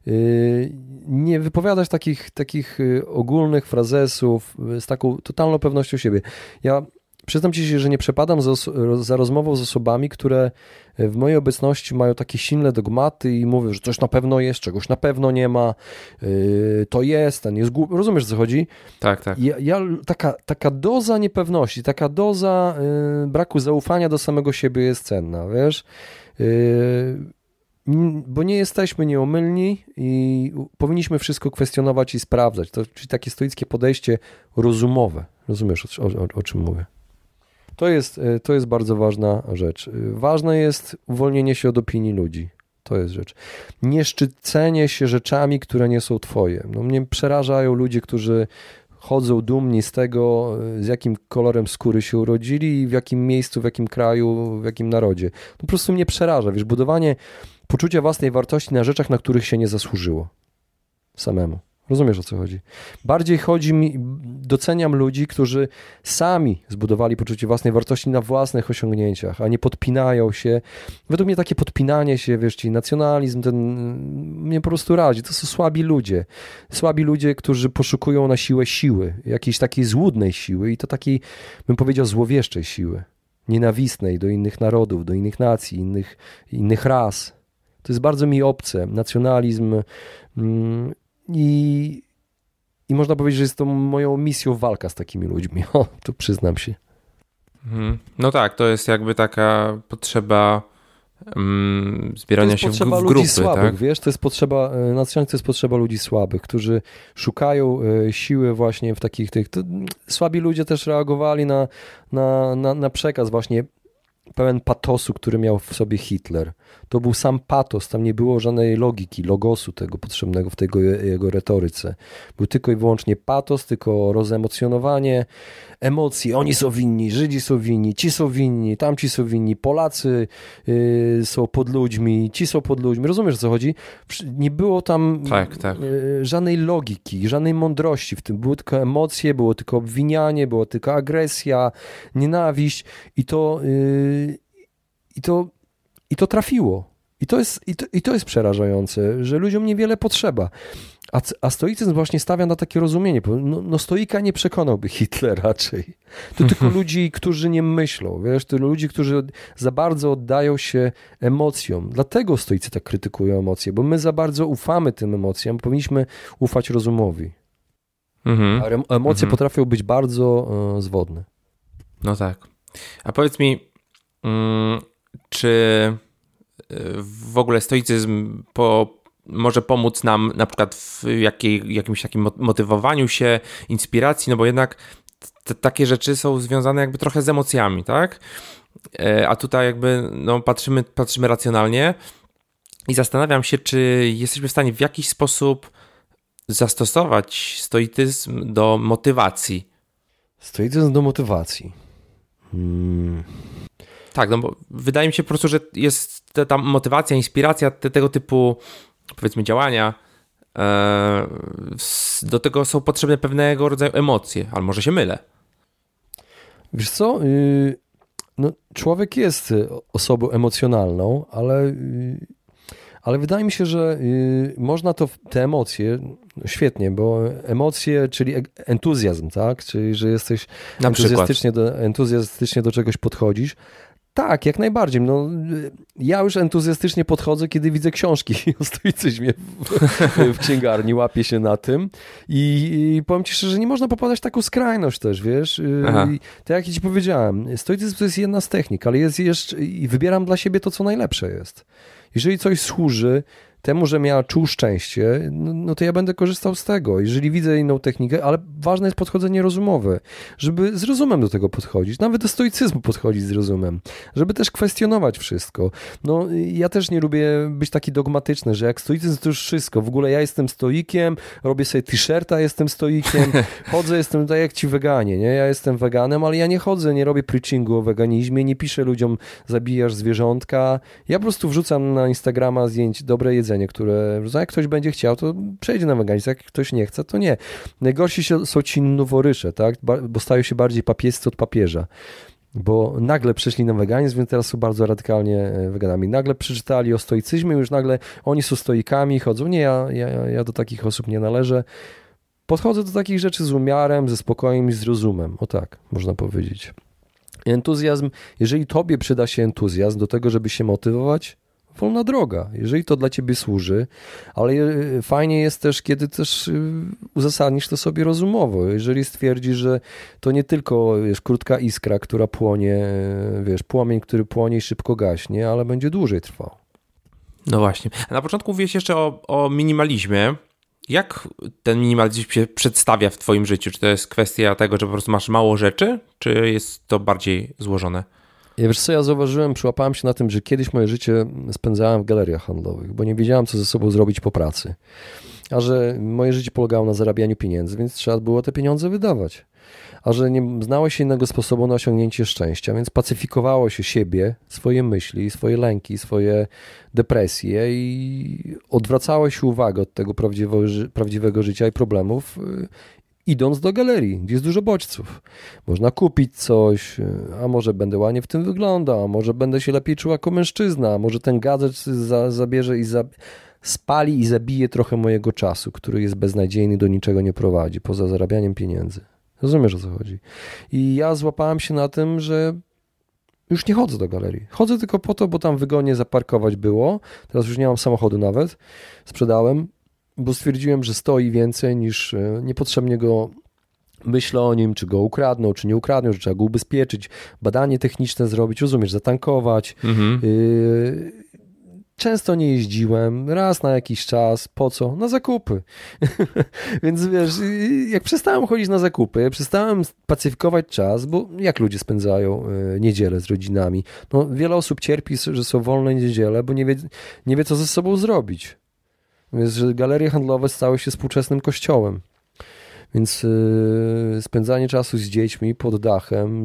Nie wypowiadać takich, takich ogólnych frazesów z taką totalną pewnością siebie. Ja przyznam ci się, że nie przepadam za, za rozmową z osobami, które w mojej obecności mają takie silne dogmaty i mówią, że coś na pewno jest, czegoś na pewno nie ma, yy, to jest, ten jest głupi. Rozumiesz, o co chodzi? Tak, tak. Ja, ja, taka, taka doza niepewności, taka doza yy, braku zaufania do samego siebie jest cenna, wiesz? Yy, bo nie jesteśmy nieomylni i powinniśmy wszystko kwestionować i sprawdzać. To, czyli takie stoickie podejście rozumowe. Rozumiesz, o, o, o czym mówię? To jest, to jest bardzo ważna rzecz. Ważne jest uwolnienie się od opinii ludzi. To jest rzecz. Nie szczycenie się rzeczami, które nie są twoje. No, mnie przerażają ludzie, którzy chodzą dumni z tego, z jakim kolorem skóry się urodzili i w jakim miejscu, w jakim kraju, w jakim narodzie. To po prostu mnie przeraża. Wiesz, budowanie poczucia własnej wartości na rzeczach, na których się nie zasłużyło. Samemu. Rozumiesz, o co chodzi? Bardziej chodzi mi, doceniam ludzi, którzy sami zbudowali poczucie własnej wartości na własnych osiągnięciach, a nie podpinają się. Według mnie takie podpinanie się, wiesz, ci nacjonalizm, ten mnie po prostu razi. To są słabi ludzie. Słabi ludzie, którzy poszukują na siłę siły, jakiejś takiej złudnej siły i to takiej, bym powiedział, złowieszczej siły. Nienawistnej do innych narodów, do innych nacji, innych, innych ras. To jest bardzo mi obce. Nacjonalizm... Mm, I, I można powiedzieć, że jest to moją misją walka z takimi ludźmi. O, to przyznam się. No tak, to jest jakby taka potrzeba um, zbierania się potrzeba w, w ludzi grupy. Słabych, tak? Wiesz, to jest potrzeba, nacjonalizm to jest potrzeba ludzi słabych, którzy szukają siły właśnie w takich tych... To, słabi ludzie też reagowali na, na, na, na przekaz właśnie pełen patosu, który miał w sobie Hitler. To był sam patos, tam nie było żadnej logiki, logosu tego potrzebnego w tego jego retoryce. Był tylko i wyłącznie patos, tylko rozemocjonowanie, emocje. Oni są winni, Żydzi są winni, ci są winni, tamci są winni, Polacy yy, są pod ludźmi, ci są pod ludźmi. Rozumiesz, o co chodzi? Nie było tam tak, tak. Yy, żadnej logiki, żadnej mądrości w tym. Były tylko emocje, było tylko obwinianie, było tylko agresja, nienawiść i to yy, i to I to trafiło. I to jest, i to, i to jest przerażające, że ludziom niewiele potrzeba. A, a stoicyzm właśnie stawia na takie rozumienie. No, no stoika nie przekonałby Hitler raczej. To tylko ludzi, którzy nie myślą. Wiesz, to ludzi, którzy za bardzo oddają się emocjom. Dlatego stoicy tak krytykują emocje, bo my za bardzo ufamy tym emocjom. Powinniśmy ufać rozumowi. Mhm. A emocje mhm. potrafią być bardzo uh, zwodne. No tak. A powiedz mi, mm, czy w ogóle stoicyzm po, może pomóc nam na przykład w jakiej, jakimś takim motywowaniu się, inspiracji, no bo jednak t- takie rzeczy są związane jakby trochę z emocjami, tak? A tutaj jakby no, patrzymy, patrzymy racjonalnie i zastanawiam się, czy jesteśmy w stanie w jakiś sposób zastosować stoicyzm do motywacji. Stoicyzm do motywacji. Hmm... Tak, no bo wydaje mi się po prostu, że jest ta, ta motywacja, inspiracja, te, tego typu powiedzmy działania, e, do tego są potrzebne pewnego rodzaju emocje, ale może się mylę. Wiesz co, yy, no, człowiek jest osobą emocjonalną, ale, yy, ale wydaje mi się, że yy, można to, te emocje, świetnie, bo emocje, czyli entuzjazm, tak, czyli że jesteś Na entuzjastycznie do, entuzjastycznie do czegoś podchodzisz. Tak, jak najbardziej. No, ja już entuzjastycznie podchodzę, kiedy widzę książki o stoicyzmie w, w księgarni, łapię się na tym i, i powiem ci szczerze, że nie można popadać w taką skrajność też, wiesz. I, tak jak ci powiedziałem, stoicyzm to jest jedna z technik, ale jest jeszcze i wybieram dla siebie to, co najlepsze jest. Jeżeli coś służy temu, że ja czuł szczęście, no, no to ja będę korzystał z tego. Jeżeli widzę inną technikę, ale ważne jest podchodzenie rozumowe, żeby z rozumem do tego podchodzić, nawet do stoicyzmu podchodzić z rozumem, żeby też kwestionować wszystko. No ja też nie lubię być taki dogmatyczny, że jak stoicyzm to już wszystko, w ogóle ja jestem stoikiem, robię sobie t-shirta, jestem stoikiem, chodzę, jestem tak jak ci weganie, nie? Ja jestem weganem, ale ja nie chodzę, nie robię preachingu o weganizmie, nie piszę ludziom zabijasz zwierzątka, ja po prostu wrzucam na Instagrama zdjęć dobre jedzenie, myślenie, które, że jak ktoś będzie chciał, to przejdzie na weganizm, jak ktoś nie chce, to nie. Najgorsi są ci noworysze, tak? Bo stają się bardziej papiescy od papieża. Bo nagle przeszli na weganizm, więc teraz są bardzo radykalnie weganami. Nagle przeczytali o stoicyzmie, już nagle oni są stoikami, chodzą. Nie, ja, ja, ja do takich osób nie należę. Podchodzę do takich rzeczy z umiarem, ze spokojem i z rozumem. O tak, można powiedzieć. Entuzjazm, jeżeli tobie przyda się entuzjazm do tego, żeby się motywować, wolna droga, jeżeli to dla ciebie służy, ale fajnie jest też, kiedy też uzasadnisz to sobie rozumowo, jeżeli stwierdzisz, że to nie tylko, wiesz, krótka iskra, która płonie, wiesz, płomień, który płonie i szybko gaśnie, ale będzie dłużej trwał. No właśnie. A na początku mówiłeś jeszcze o, o minimalizmie. Jak ten minimalizm się przedstawia w twoim życiu? Czy to jest kwestia tego, że po prostu masz mało rzeczy, czy jest to bardziej złożone? Ja wiesz co, ja zauważyłem, przyłapałem się na tym, że kiedyś moje życie spędzałem w galeriach handlowych, bo nie wiedziałem, co ze sobą zrobić po pracy. A że moje życie polegało na zarabianiu pieniędzy, więc trzeba było te pieniądze wydawać. A że nie znało się innego sposobu na osiągnięcie szczęścia, więc pacyfikowało się siebie, swoje myśli, swoje lęki, swoje depresje i odwracało się uwagę od tego prawdziwego, prawdziwego życia i problemów, idąc do galerii, gdzie jest dużo bodźców. Można kupić coś, a może będę ładnie w tym wyglądał, a może będę się lepiej czuł jako mężczyzna, a może ten gadżet za, zabierze i za, spali i zabije trochę mojego czasu, który jest beznadziejny, do niczego nie prowadzi, poza zarabianiem pieniędzy. Rozumiesz, o co chodzi? I ja złapałem się na tym, że już nie chodzę do galerii. Chodzę tylko po to, bo tam wygodnie zaparkować było. Teraz już nie mam samochodu nawet. Sprzedałem, bo stwierdziłem, że stoi więcej niż niepotrzebnie go myślę o nim, czy go ukradną, czy nie ukradną, że trzeba go ubezpieczyć, badanie techniczne zrobić, rozumiesz, zatankować. Mhm. Yy, często nie jeździłem, raz na jakiś czas, po co? Na zakupy. Więc wiesz, jak przestałem chodzić na zakupy, przestałem pacyfikować czas, bo jak ludzie spędzają niedzielę z rodzinami? No, wiele osób cierpi, że są wolne niedziele, bo nie wie, nie wie co ze sobą zrobić. Więc, że galerie handlowe stały się współczesnym kościołem. Więc yy, spędzanie czasu z dziećmi pod dachem,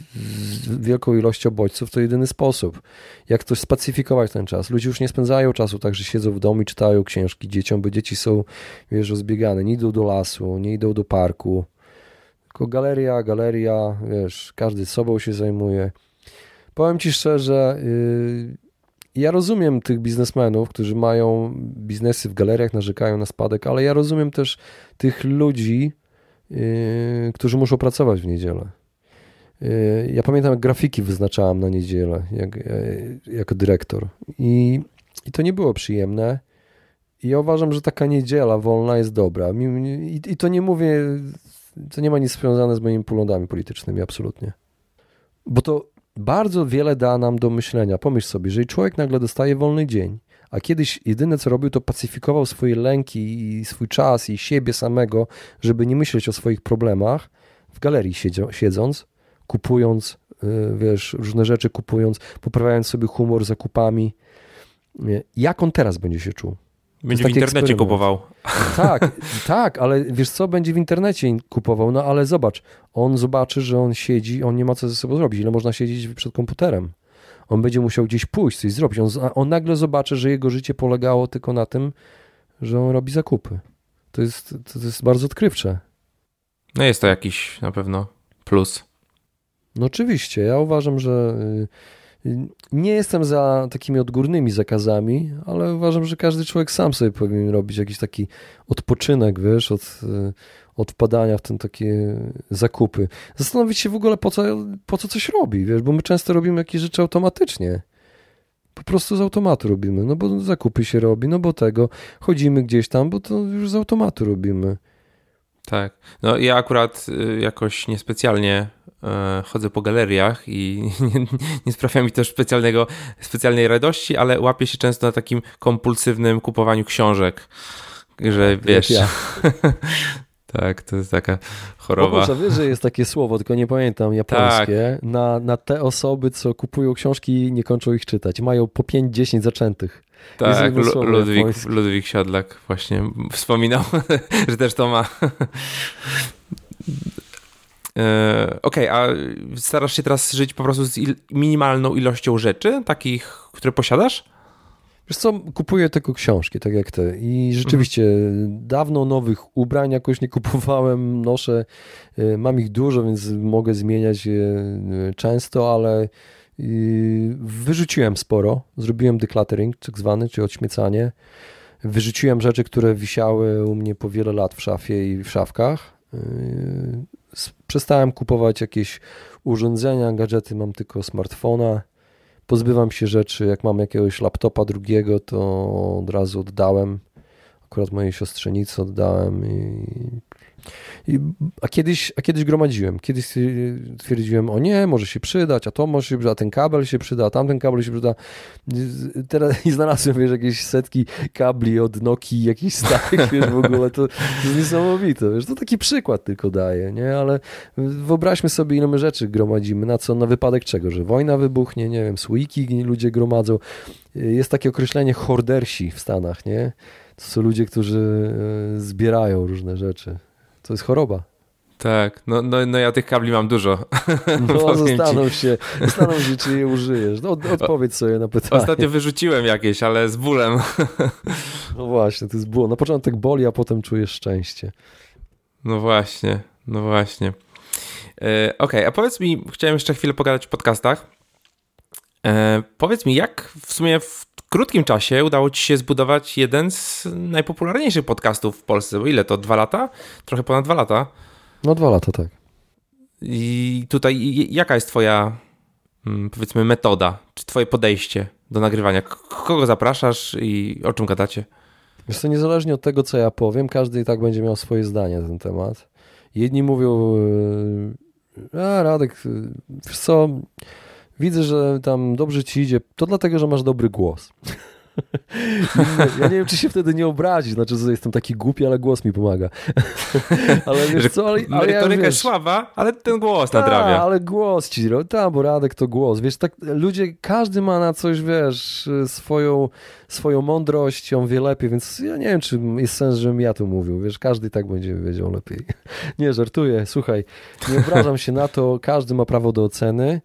z wielką ilością bodźców to jedyny sposób. Jak ktoś spacyfikować ten czas. Ludzie już nie spędzają czasu tak, że siedzą w domu i czytają książki dzieciom, bo dzieci są, wiesz, rozbiegane. Nie idą do lasu, nie idą do parku. Tylko galeria, galeria, wiesz, każdy sobą się zajmuje. Powiem ci szczerze, yy, ja rozumiem tych biznesmenów, którzy mają biznesy w galeriach, narzekają na spadek, ale ja rozumiem też tych ludzi, yy, którzy muszą pracować w niedzielę. Yy, ja pamiętam, jak grafiki wyznaczałem na niedzielę jak, yy, jako dyrektor i, i to nie było przyjemne. I ja uważam, że taka niedziela wolna jest dobra. I, i to nie mówię, to nie ma nic związane z moimi poglądami politycznymi, absolutnie. Bo to bardzo wiele da nam do myślenia. Pomyśl sobie, jeżeli człowiek nagle dostaje wolny dzień, a kiedyś jedyne co robił, to pacyfikował swoje lęki i swój czas i siebie samego, żeby nie myśleć o swoich problemach, w galerii siedząc, kupując, wiesz, różne rzeczy kupując, poprawiając sobie humor zakupami. Jak on teraz będzie się czuł? Będzie w internecie eksperyment. Kupował. Tak, tak, ale wiesz co, będzie w internecie kupował, no ale zobacz, on zobaczy, że on siedzi, on nie ma co ze sobą zrobić, ile można siedzieć przed komputerem. On będzie musiał gdzieś pójść, coś zrobić. On, on nagle zobaczy, że jego życie polegało tylko na tym, że on robi zakupy. To jest, to, to jest bardzo odkrywcze. No jest to jakiś na pewno plus. No oczywiście, ja uważam, że nie jestem za takimi odgórnymi zakazami, ale uważam, że każdy człowiek sam sobie powinien robić jakiś taki odpoczynek, wiesz, od, od wpadania w ten takie zakupy. Zastanowić się w ogóle, po co, po co coś robi, wiesz, bo my często robimy jakieś rzeczy automatycznie. Po prostu z automatu robimy, no bo zakupy się robi, no bo tego, chodzimy gdzieś tam, bo to już z automatu robimy. Tak, no ja akurat jakoś niespecjalnie chodzę po galeriach i nie, nie sprawia mi to specjalnego, specjalnej radości, ale łapię się często na takim kompulsywnym kupowaniu książek, że wiesz... Ja. Tak, to jest taka choroba. Boże, wiesz, że jest takie słowo, tylko nie pamiętam, japońskie, tak. na, na te osoby, co kupują książki i nie kończą ich czytać. Mają po pięć dziesięć zaczętych. Tak, Ludwik, Ludwik Siodlak właśnie wspominał, że też to ma. Okej, okay, a starasz się teraz żyć po prostu z il- minimalną ilością rzeczy, takich, które posiadasz? Wiesz co, kupuję tylko książki, tak jak ty. I rzeczywiście mhm. dawno nowych ubrań jakoś nie kupowałem, noszę. Mam ich dużo, więc mogę zmieniać je często, ale wyrzuciłem sporo. Zrobiłem decluttering, tak zwany, czyli odśmiecanie. Wyrzuciłem rzeczy, które wisiały u mnie po wiele lat w szafie i w szafkach. Przestałem kupować jakieś urządzenia, gadżety, mam tylko smartfona. Pozbywam się rzeczy, jak mam jakiegoś laptopa drugiego, to od razu oddałem. Akurat mojej siostrzenicy oddałem. I, i, a, kiedyś, a kiedyś gromadziłem. Kiedyś twierdziłem, o nie, może się przydać, a to może się przyda, a ten kabel się przyda, a tamten kabel się przyda. Teraz i znalazłem, wiesz, jakieś setki kabli od Nokii, jakichś starych, wiesz, w ogóle to, to jest niesamowite, wiesz, to taki przykład tylko daje, nie, ale wyobraźmy sobie, ile my rzeczy gromadzimy, na co, na wypadek czego, że wojna wybuchnie, nie wiem, słoiki ludzie gromadzą. Jest takie określenie hordersi w Stanach, nie? To są ludzie, którzy zbierają różne rzeczy. To jest choroba. Tak, no, no, no ja tych kabli mam dużo. No zastanów się, zastanów się, czy je użyjesz. No, od, odpowiedz sobie na pytanie. Ostatnio wyrzuciłem jakieś, ale z bólem. No właśnie, to jest ból. Na początek boli, a potem czujesz szczęście. No właśnie, no właśnie. E, Okej, okay, a powiedz mi, chciałem jeszcze chwilę pogadać o podcastach. E, powiedz mi, jak w sumie w krótkim czasie udało ci się zbudować jeden z najpopularniejszych podcastów w Polsce? Bo ile to? Dwa lata? Trochę ponad dwa lata? No dwa lata, tak. I tutaj jaka jest twoja, powiedzmy, metoda, czy twoje podejście do nagrywania? Kogo zapraszasz i o czym gadacie? Wiesz co, niezależnie od tego, co ja powiem, każdy i tak będzie miał swoje zdanie na ten temat. Jedni mówią, a Radek, wiesz co, widzę, że tam dobrze ci idzie, to dlatego, że masz dobry głos. Ja nie wiem, czy się wtedy nie obrazić, znaczy, że jestem taki głupi, ale głos mi pomaga. Ale wiesz co, ale, ale merytoryka ja, jest słaba, ale ten głos nadrabia. ale głos ci, tak, bo Radek to głos, wiesz, tak ludzie, każdy ma na coś, wiesz, swoją, swoją mądrość, on wie lepiej, więc ja nie wiem, czy jest sens, żebym ja to mówił, wiesz, każdy i tak będzie wiedział lepiej. Nie, żartuję, słuchaj, nie obrażam się na to, każdy ma prawo do oceny.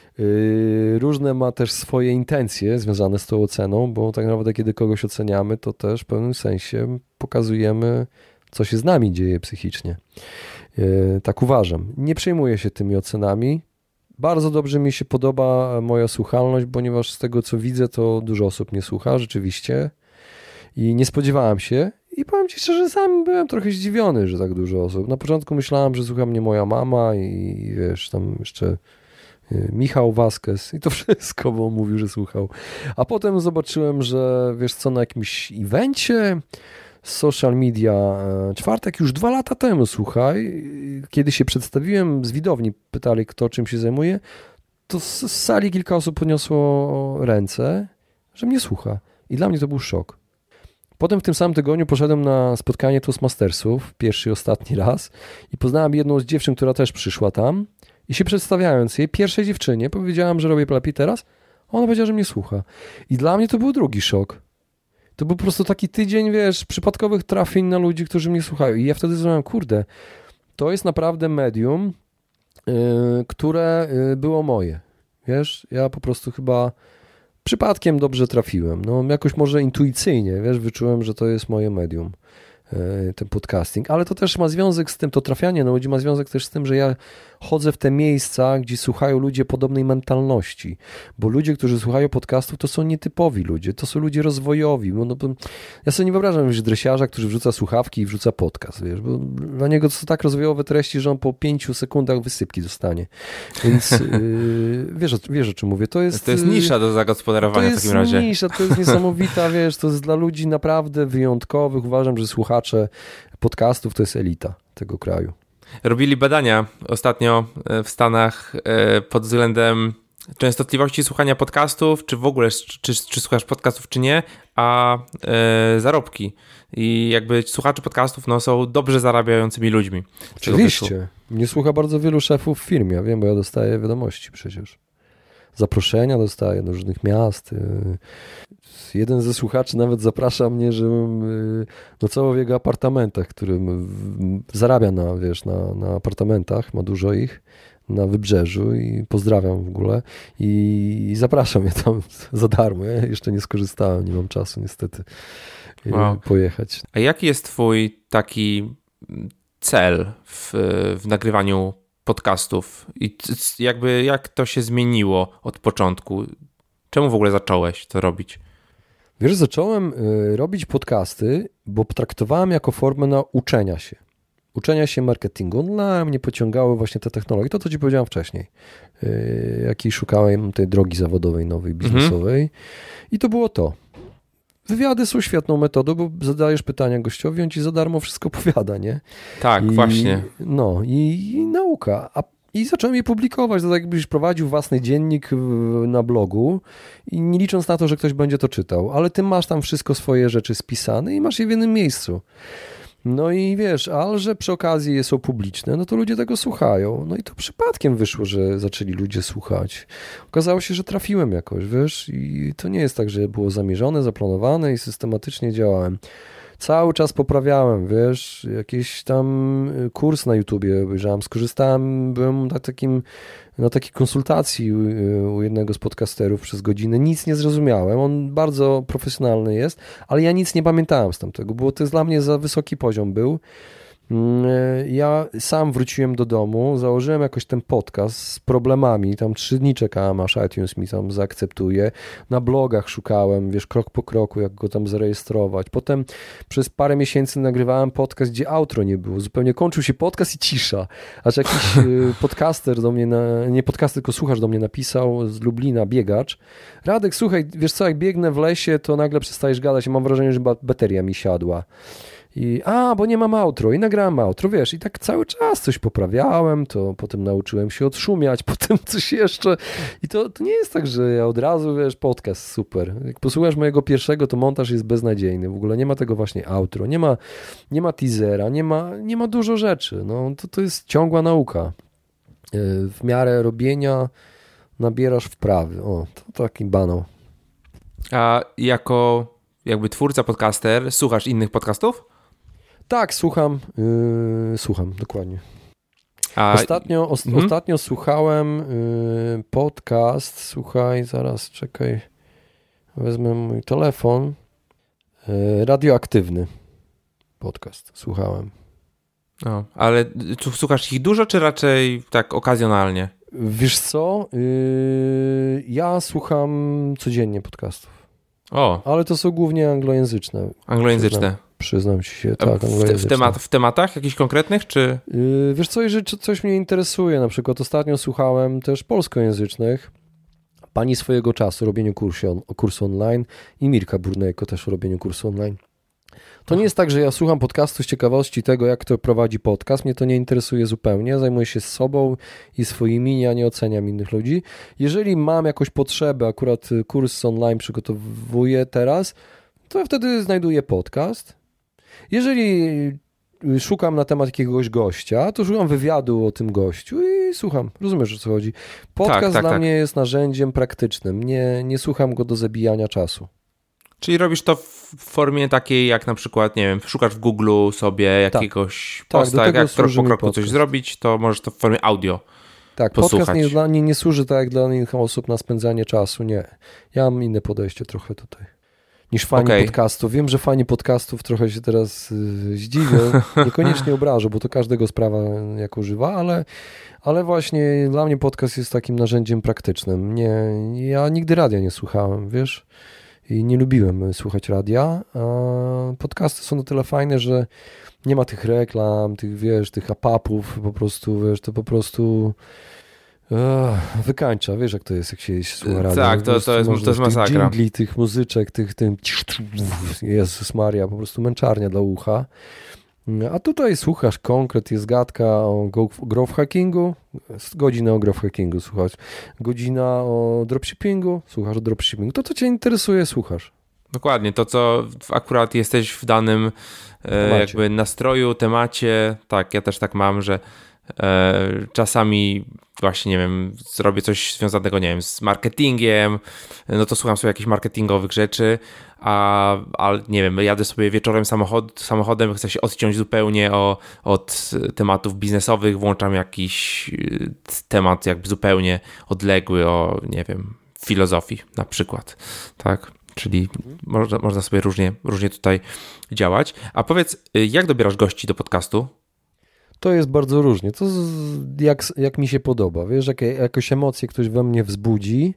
Różne ma też swoje intencje związane z tą oceną, bo tak naprawdę kiedy kogoś oceniamy, to też w pewnym sensie pokazujemy, co się z nami dzieje psychicznie. Tak uważam. Nie przejmuję się tymi ocenami. Bardzo dobrze mi się podoba moja słuchalność, ponieważ z tego, co widzę, to dużo osób mnie słucha, rzeczywiście. I nie spodziewałem się. I powiem ci szczerze, sam byłem trochę zdziwiony, że tak dużo osób. Na początku myślałem, że słucha mnie moja mama i wiesz, tam jeszcze Michał Vasquez i to wszystko, bo on mówił, że słuchał. A potem zobaczyłem, że wiesz co, na jakimś evencie social media, czwartek już dwa lata temu, słuchaj, kiedy się przedstawiłem z widowni, pytali kto czym się zajmuje, to z sali kilka osób podniosło ręce, że mnie słucha. I dla mnie to był szok. Potem w tym samym tygodniu poszedłem na spotkanie Toastmastersów, pierwszy i ostatni raz i poznałem jedną z dziewczyn, która też przyszła tam. I się przedstawiając jej pierwszej dziewczynie, powiedziałem, że robię lepiej teraz, a ona powiedziała, że mnie słucha. I dla mnie to był drugi szok. To był po prostu taki tydzień, wiesz, przypadkowych trafień na ludzi, którzy mnie słuchają. I ja wtedy zrozumiałem, kurde, to jest naprawdę medium, yy, które yy, było moje. Wiesz, ja po prostu chyba przypadkiem dobrze trafiłem. No jakoś może intuicyjnie, wiesz, wyczułem, że to jest moje medium. Ten podcasting, ale to też ma związek z tym, to trafianie na ludzi ma związek też z tym, że ja chodzę w te miejsca, gdzie słuchają ludzie podobnej mentalności, bo ludzie, którzy słuchają podcastów, to są nietypowi ludzie, to są ludzie rozwojowi. No, no, ja sobie nie wyobrażam już dresiarza, który wrzuca słuchawki i wrzuca podcast, wiesz, bo dla niego to są tak rozwojowe treści, że on po pięciu sekundach wysypki dostanie. Więc yy, wiesz, wiesz, o czym mówię. To jest, to jest nisza do zagospodarowania w takim razie. To jest nisza, to jest niesamowita, wiesz, to jest dla ludzi naprawdę wyjątkowych. Uważam, że słuchacze podcastów to jest elita tego kraju. Robili badania ostatnio w Stanach pod względem częstotliwości słuchania podcastów, czy w ogóle, czy, czy słuchasz podcastów, czy nie, a e, zarobki. I jakby słuchacze podcastów no, są dobrze zarabiającymi ludźmi. Oczywiście. Mnie słucha bardzo wielu szefów w firmie, ja wiem, bo ja dostaję wiadomości przecież. Zaproszenia dostaję do różnych miast. Jeden ze słuchaczy nawet zaprasza mnie, żebym nocował w jego apartamentach, którym zarabia na, wiesz, na, na apartamentach, ma dużo ich, na Wybrzeżu i pozdrawiam w ogóle i, i zapraszam je tam za darmo. Ja jeszcze nie skorzystałem, nie mam czasu niestety wow. pojechać. A jaki jest twój taki cel w, w nagrywaniu podcastów i jakby jak to się zmieniło od początku? Czemu w ogóle zacząłeś to robić? Wiesz, zacząłem y, robić podcasty, bo traktowałem jako formę nauczenia się. Uczenia się marketingu online, mnie pociągały właśnie te technologie, to co ci powiedziałem wcześniej, y, jakiej szukałem tej drogi zawodowej, nowej, biznesowej mhm. i to było to. Wywiady są świetną metodą, bo zadajesz pytania gościowi, on ci za darmo wszystko powiada, nie? Tak, I, właśnie. No i, i nauka. A, I zacząłem je publikować, to tak jakbyś prowadził własny dziennik na blogu i nie licząc na to, że ktoś będzie to czytał, ale ty masz tam wszystko swoje rzeczy spisane i masz je w jednym miejscu. No i wiesz, ale że przy okazji są publiczne, no to ludzie tego słuchają. No i to przypadkiem wyszło, że zaczęli ludzie słuchać. Okazało się, że trafiłem jakoś, wiesz, i to nie jest tak, że było zamierzone, zaplanowane i systematycznie działałem. Cały czas poprawiałem, wiesz, jakiś tam kurs na YouTubie obejrzałem, skorzystałem, byłem na takim, na takiej konsultacji u jednego z podcasterów przez godzinę, nic nie zrozumiałem, on bardzo profesjonalny jest, ale ja nic nie pamiętałem z tamtego, bo to jest dla mnie za wysoki poziom był. Ja sam wróciłem do domu, założyłem jakoś ten podcast z problemami, tam trzy dni czekałem, aż iTunes mi tam zaakceptuje, na blogach szukałem, wiesz, krok po kroku, jak go tam zarejestrować, potem przez parę miesięcy nagrywałem podcast, gdzie outro nie było, zupełnie kończył się podcast i cisza, aż jakiś podcaster do mnie, na, nie podcaster, tylko słuchacz do mnie napisał z Lublina, biegacz, Radek, słuchaj, wiesz co, jak biegnę w lesie, to nagle przestajesz gadać i mam wrażenie, że bateria mi siadła. I a, bo nie mam outro i nagrałem outro, wiesz, i tak cały czas coś poprawiałem, to potem nauczyłem się odszumiać, potem coś jeszcze i to, to nie jest tak, że ja od razu, wiesz, podcast super. Jak posłuchasz mojego pierwszego, to montaż jest beznadziejny, w ogóle nie ma tego właśnie outro, nie ma, nie ma teasera, nie ma, nie ma dużo rzeczy, no to, to jest ciągła nauka. W miarę robienia nabierasz wprawy, o, to taki banał. A jako jakby twórca, podcaster, słuchasz innych podcastów? Tak, słucham, yy, słucham, dokładnie. A... Ostatnio, os, mhm. ostatnio słuchałem yy, podcast, słuchaj, zaraz, czekaj, wezmę mój telefon, yy, radioaktywny podcast, słuchałem. O, ale słuchasz ich dużo, czy raczej tak okazjonalnie? Wiesz co, yy, ja słucham codziennie podcastów. O. Ale to są głównie anglojęzyczne. Anglojęzyczne. Przyznam, przyznam ci się, tak, w, w, temat, w tematach jakichś konkretnych, czy? Yy, wiesz co, jeżeli coś mnie interesuje, na przykład ostatnio słuchałem też polskojęzycznych, Pani swojego czasu, robieniu kursu, kursu online i Mirka Burnejko też o robieniu kursu online. To nie jest tak, że ja słucham podcastu z ciekawości tego, jak to prowadzi podcast. Mnie to nie interesuje zupełnie. Zajmuję się sobą i swoimi, ja nie oceniam innych ludzi. Jeżeli mam jakąś potrzebę, akurat kurs online przygotowuję teraz, to wtedy znajduję podcast. Jeżeli szukam na temat jakiegoś gościa, to szukam wywiadu o tym gościu i słucham. Rozumiesz, o co chodzi? Podcast tak, tak, dla tak. mnie jest narzędziem praktycznym. Nie, nie słucham go do zabijania czasu. Czyli robisz to w formie takiej, jak na przykład, nie wiem, szukasz w Google sobie jakiegoś tak, posta, tak, jak krok po kroku coś zrobić, to możesz to w formie audio Tak, posłuchać. Podcast nie, dla mnie nie służy tak jak dla innych osób na spędzanie czasu, nie. Ja mam inne podejście trochę tutaj niż fani okay. podcastów. Wiem, że fani podcastów trochę się teraz yy, zdziwią, niekoniecznie obrażą, bo to każdego sprawa jak używa, ale, ale właśnie dla mnie podcast jest takim narzędziem praktycznym. Nie, ja nigdy radia nie słuchałem, wiesz, i nie lubiłem słuchać radia, a podcasty są na tyle fajne, że nie ma tych reklam, tych, wiesz, tych apapów, po prostu, wiesz, to po prostu uh, wykańcza, wiesz, jak to jest, jak się słucha radia. Tak, to, to, jest, to jest masakra. Tych dżingli, tych muzyczek, tych, tym Jezus Maria, po prostu męczarnia dla ucha. A tutaj słuchasz konkret, jest gadka o growth hackingu, godzina o growth hackingu słuchasz, godzina o dropshippingu, słuchasz o dropshippingu, to co cię interesuje, słuchasz. Dokładnie, to co akurat jesteś w danym e, jakby nastroju, temacie, tak, ja też tak mam, że Czasami właśnie, nie wiem, zrobię coś związanego, nie wiem, z marketingiem, no to słucham sobie jakichś marketingowych rzeczy, a, a nie wiem, jadę sobie wieczorem samochod, samochodem, chcę się odciąć zupełnie o, od tematów biznesowych, włączam jakiś temat jakby zupełnie odległy o, nie wiem, filozofii na przykład, tak? Czyli można, można sobie różnie, różnie tutaj działać. A powiedz, jak dobierasz gości do podcastu? To jest bardzo różnie. To jak, jak mi się podoba. Wiesz, jak, jakąś emocję ktoś we mnie wzbudzi,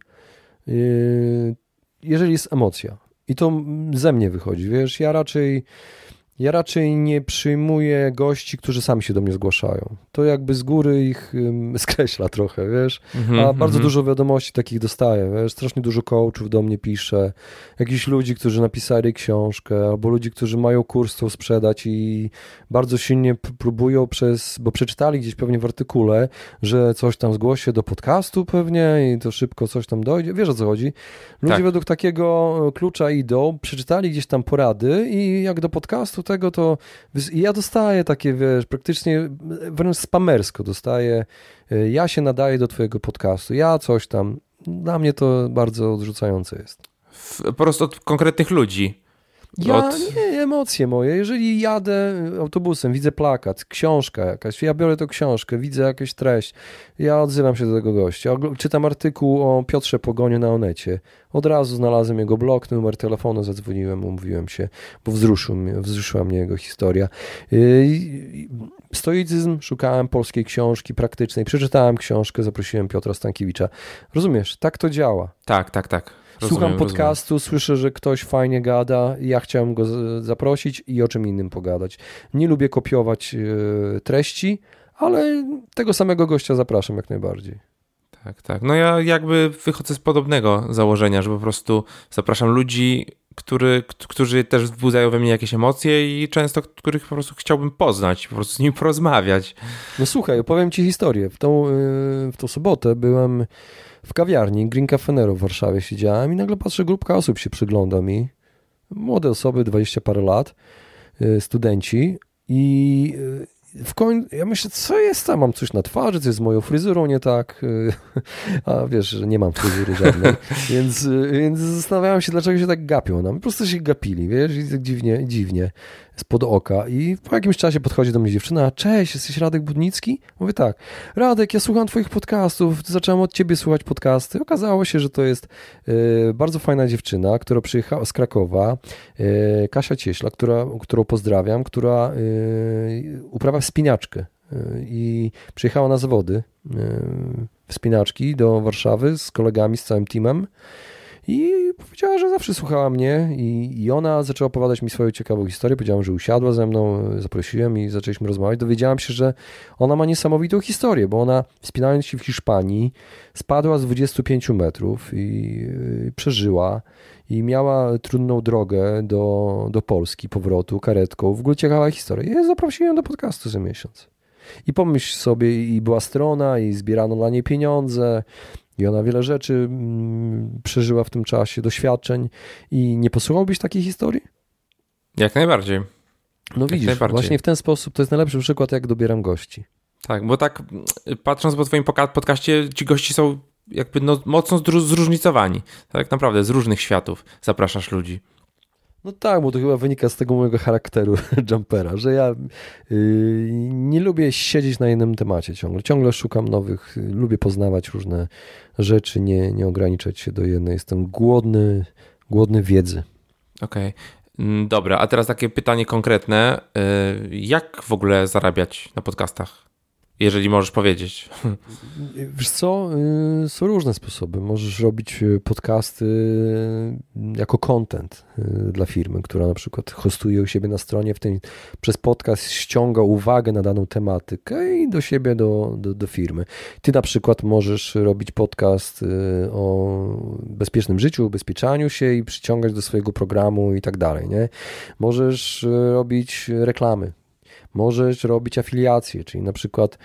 yy, jeżeli jest emocja. I to ze mnie wychodzi. Wiesz, ja raczej, ja raczej nie przyjmuję gości, którzy sami się do mnie zgłaszają. To jakby z góry ich um, skreśla trochę, wiesz. Mm-hmm, A bardzo mm-hmm. dużo wiadomości takich dostaję, wiesz. Strasznie dużo coachów do mnie pisze. Jakichś ludzi, którzy napisali książkę, albo ludzi, którzy mają kurs, chcą sprzedać i bardzo silnie p- próbują przez, bo przeczytali gdzieś pewnie w artykule, że coś tam zgłosi się do podcastu pewnie i to szybko coś tam dojdzie. Wiesz, o co chodzi? Ludzie tak. według takiego klucza idą, przeczytali gdzieś tam porady i jak do podcastu tego, to ja dostaję takie, wiesz, praktycznie wręcz spamersko dostaję, ja się nadaję do twojego podcastu, ja coś tam, dla mnie to bardzo odrzucające jest. W, po prostu od konkretnych ludzi. Ja, od... nie, emocje moje, jeżeli jadę autobusem, widzę plakat, książka jakaś, ja biorę tę książkę, widzę jakąś treść, ja odzywam się do tego gościa, czytam artykuł o Piotrze Pogoniu na Onecie, od razu znalazłem jego blog, numer telefonu, zadzwoniłem, umówiłem się, bo wzruszył mnie, wzruszyła mnie jego historia. Stoicyzm, szukałem polskiej książki praktycznej, przeczytałem książkę, zaprosiłem Piotra Stankiewicza. Rozumiesz, tak to działa. Tak, tak, tak. Rozumiem, Słucham podcastu, rozumiem. Słyszę, że ktoś fajnie gada, ja chciałem go zaprosić i o czym innym pogadać. Nie lubię kopiować y, treści, ale tego samego gościa zapraszam jak najbardziej. Tak, tak. No ja jakby wychodzę z podobnego założenia, że po prostu zapraszam ludzi, który, którzy też wzbudzają we mnie jakieś emocje i często których po prostu chciałbym poznać, po prostu z nimi porozmawiać. No słuchaj, opowiem ci historię. W tą, w tą sobotę byłem w kawiarni Green Cafe Nero w Warszawie, siedziałem i nagle patrzę, grupka osób się przygląda mi. Młode osoby, dwadzieścia parę lat, studenci i w końcu, ja myślę, co jest tam, mam coś na twarzy, co jest z moją fryzurą nie tak, a wiesz, że nie mam fryzury żadnej, więc, więc zastanawiałem się, dlaczego się tak gapią nam, po prostu się gapili, wiesz, i tak dziwnie, dziwnie, spod oka i po jakimś czasie podchodzi do mnie dziewczyna, cześć, jesteś Radek Budnicki? Mówię tak, Radek, ja słucham twoich podcastów, zacząłem od ciebie słuchać podcasty, okazało się, że to jest y, bardzo fajna dziewczyna, która przyjechała z Krakowa, y, Kasia Cieśla, która, którą pozdrawiam, która y, uprawia wspinaczkę y, i przyjechała na zawody y, wspinaczki do Warszawy z kolegami, z całym teamem. I powiedziała, że zawsze słuchała mnie i, i ona zaczęła opowiadać mi swoją ciekawą historię. Powiedziałam, że usiadła ze mną, zaprosiłem i zaczęliśmy rozmawiać. Dowiedziałam się, że ona ma niesamowitą historię, bo ona wspinając się w Hiszpanii spadła z dwudziestu pięciu metrów i, i przeżyła i miała trudną drogę do, do Polski, powrotu, karetką. W ogóle ciekawa historia. Ja zaprosiłem do podcastu za miesiąc. I pomyśl sobie, i była strona, i zbierano dla niej pieniądze, i ona wiele rzeczy mm, przeżyła w tym czasie, doświadczeń. I nie posłuchałbyś takiej historii? Jak najbardziej. No Jak widzisz, najbardziej. Właśnie w ten sposób to jest najlepszy przykład, jak dobieram gości. Tak, bo tak patrząc po twoim podcaście, ci gości są jakby no, mocno zróżnicowani. Tak naprawdę z różnych światów zapraszasz ludzi. No tak, bo to chyba wynika z tego mojego charakteru jumpera, że ja yy, nie lubię siedzieć na jednym temacie ciągle. Ciągle szukam nowych, yy, lubię poznawać różne rzeczy, nie, nie ograniczać się do jednej. Jestem głodny, głodny wiedzy. Okej, okay. Dobra, a teraz takie pytanie konkretne. Yy, jak w ogóle zarabiać na podcastach? Jeżeli możesz powiedzieć. Wiesz co, są różne sposoby. Możesz robić podcasty jako content dla firmy, która na przykład hostuje u siebie na stronie, w tym przez podcast ściąga uwagę na daną tematykę i do siebie, do, do, do firmy. Ty na przykład możesz robić podcast o bezpiecznym życiu, ubezpieczaniu się i przyciągać do swojego programu i tak dalej, nie? Możesz robić reklamy. Możesz robić afiliacje, czyli na przykład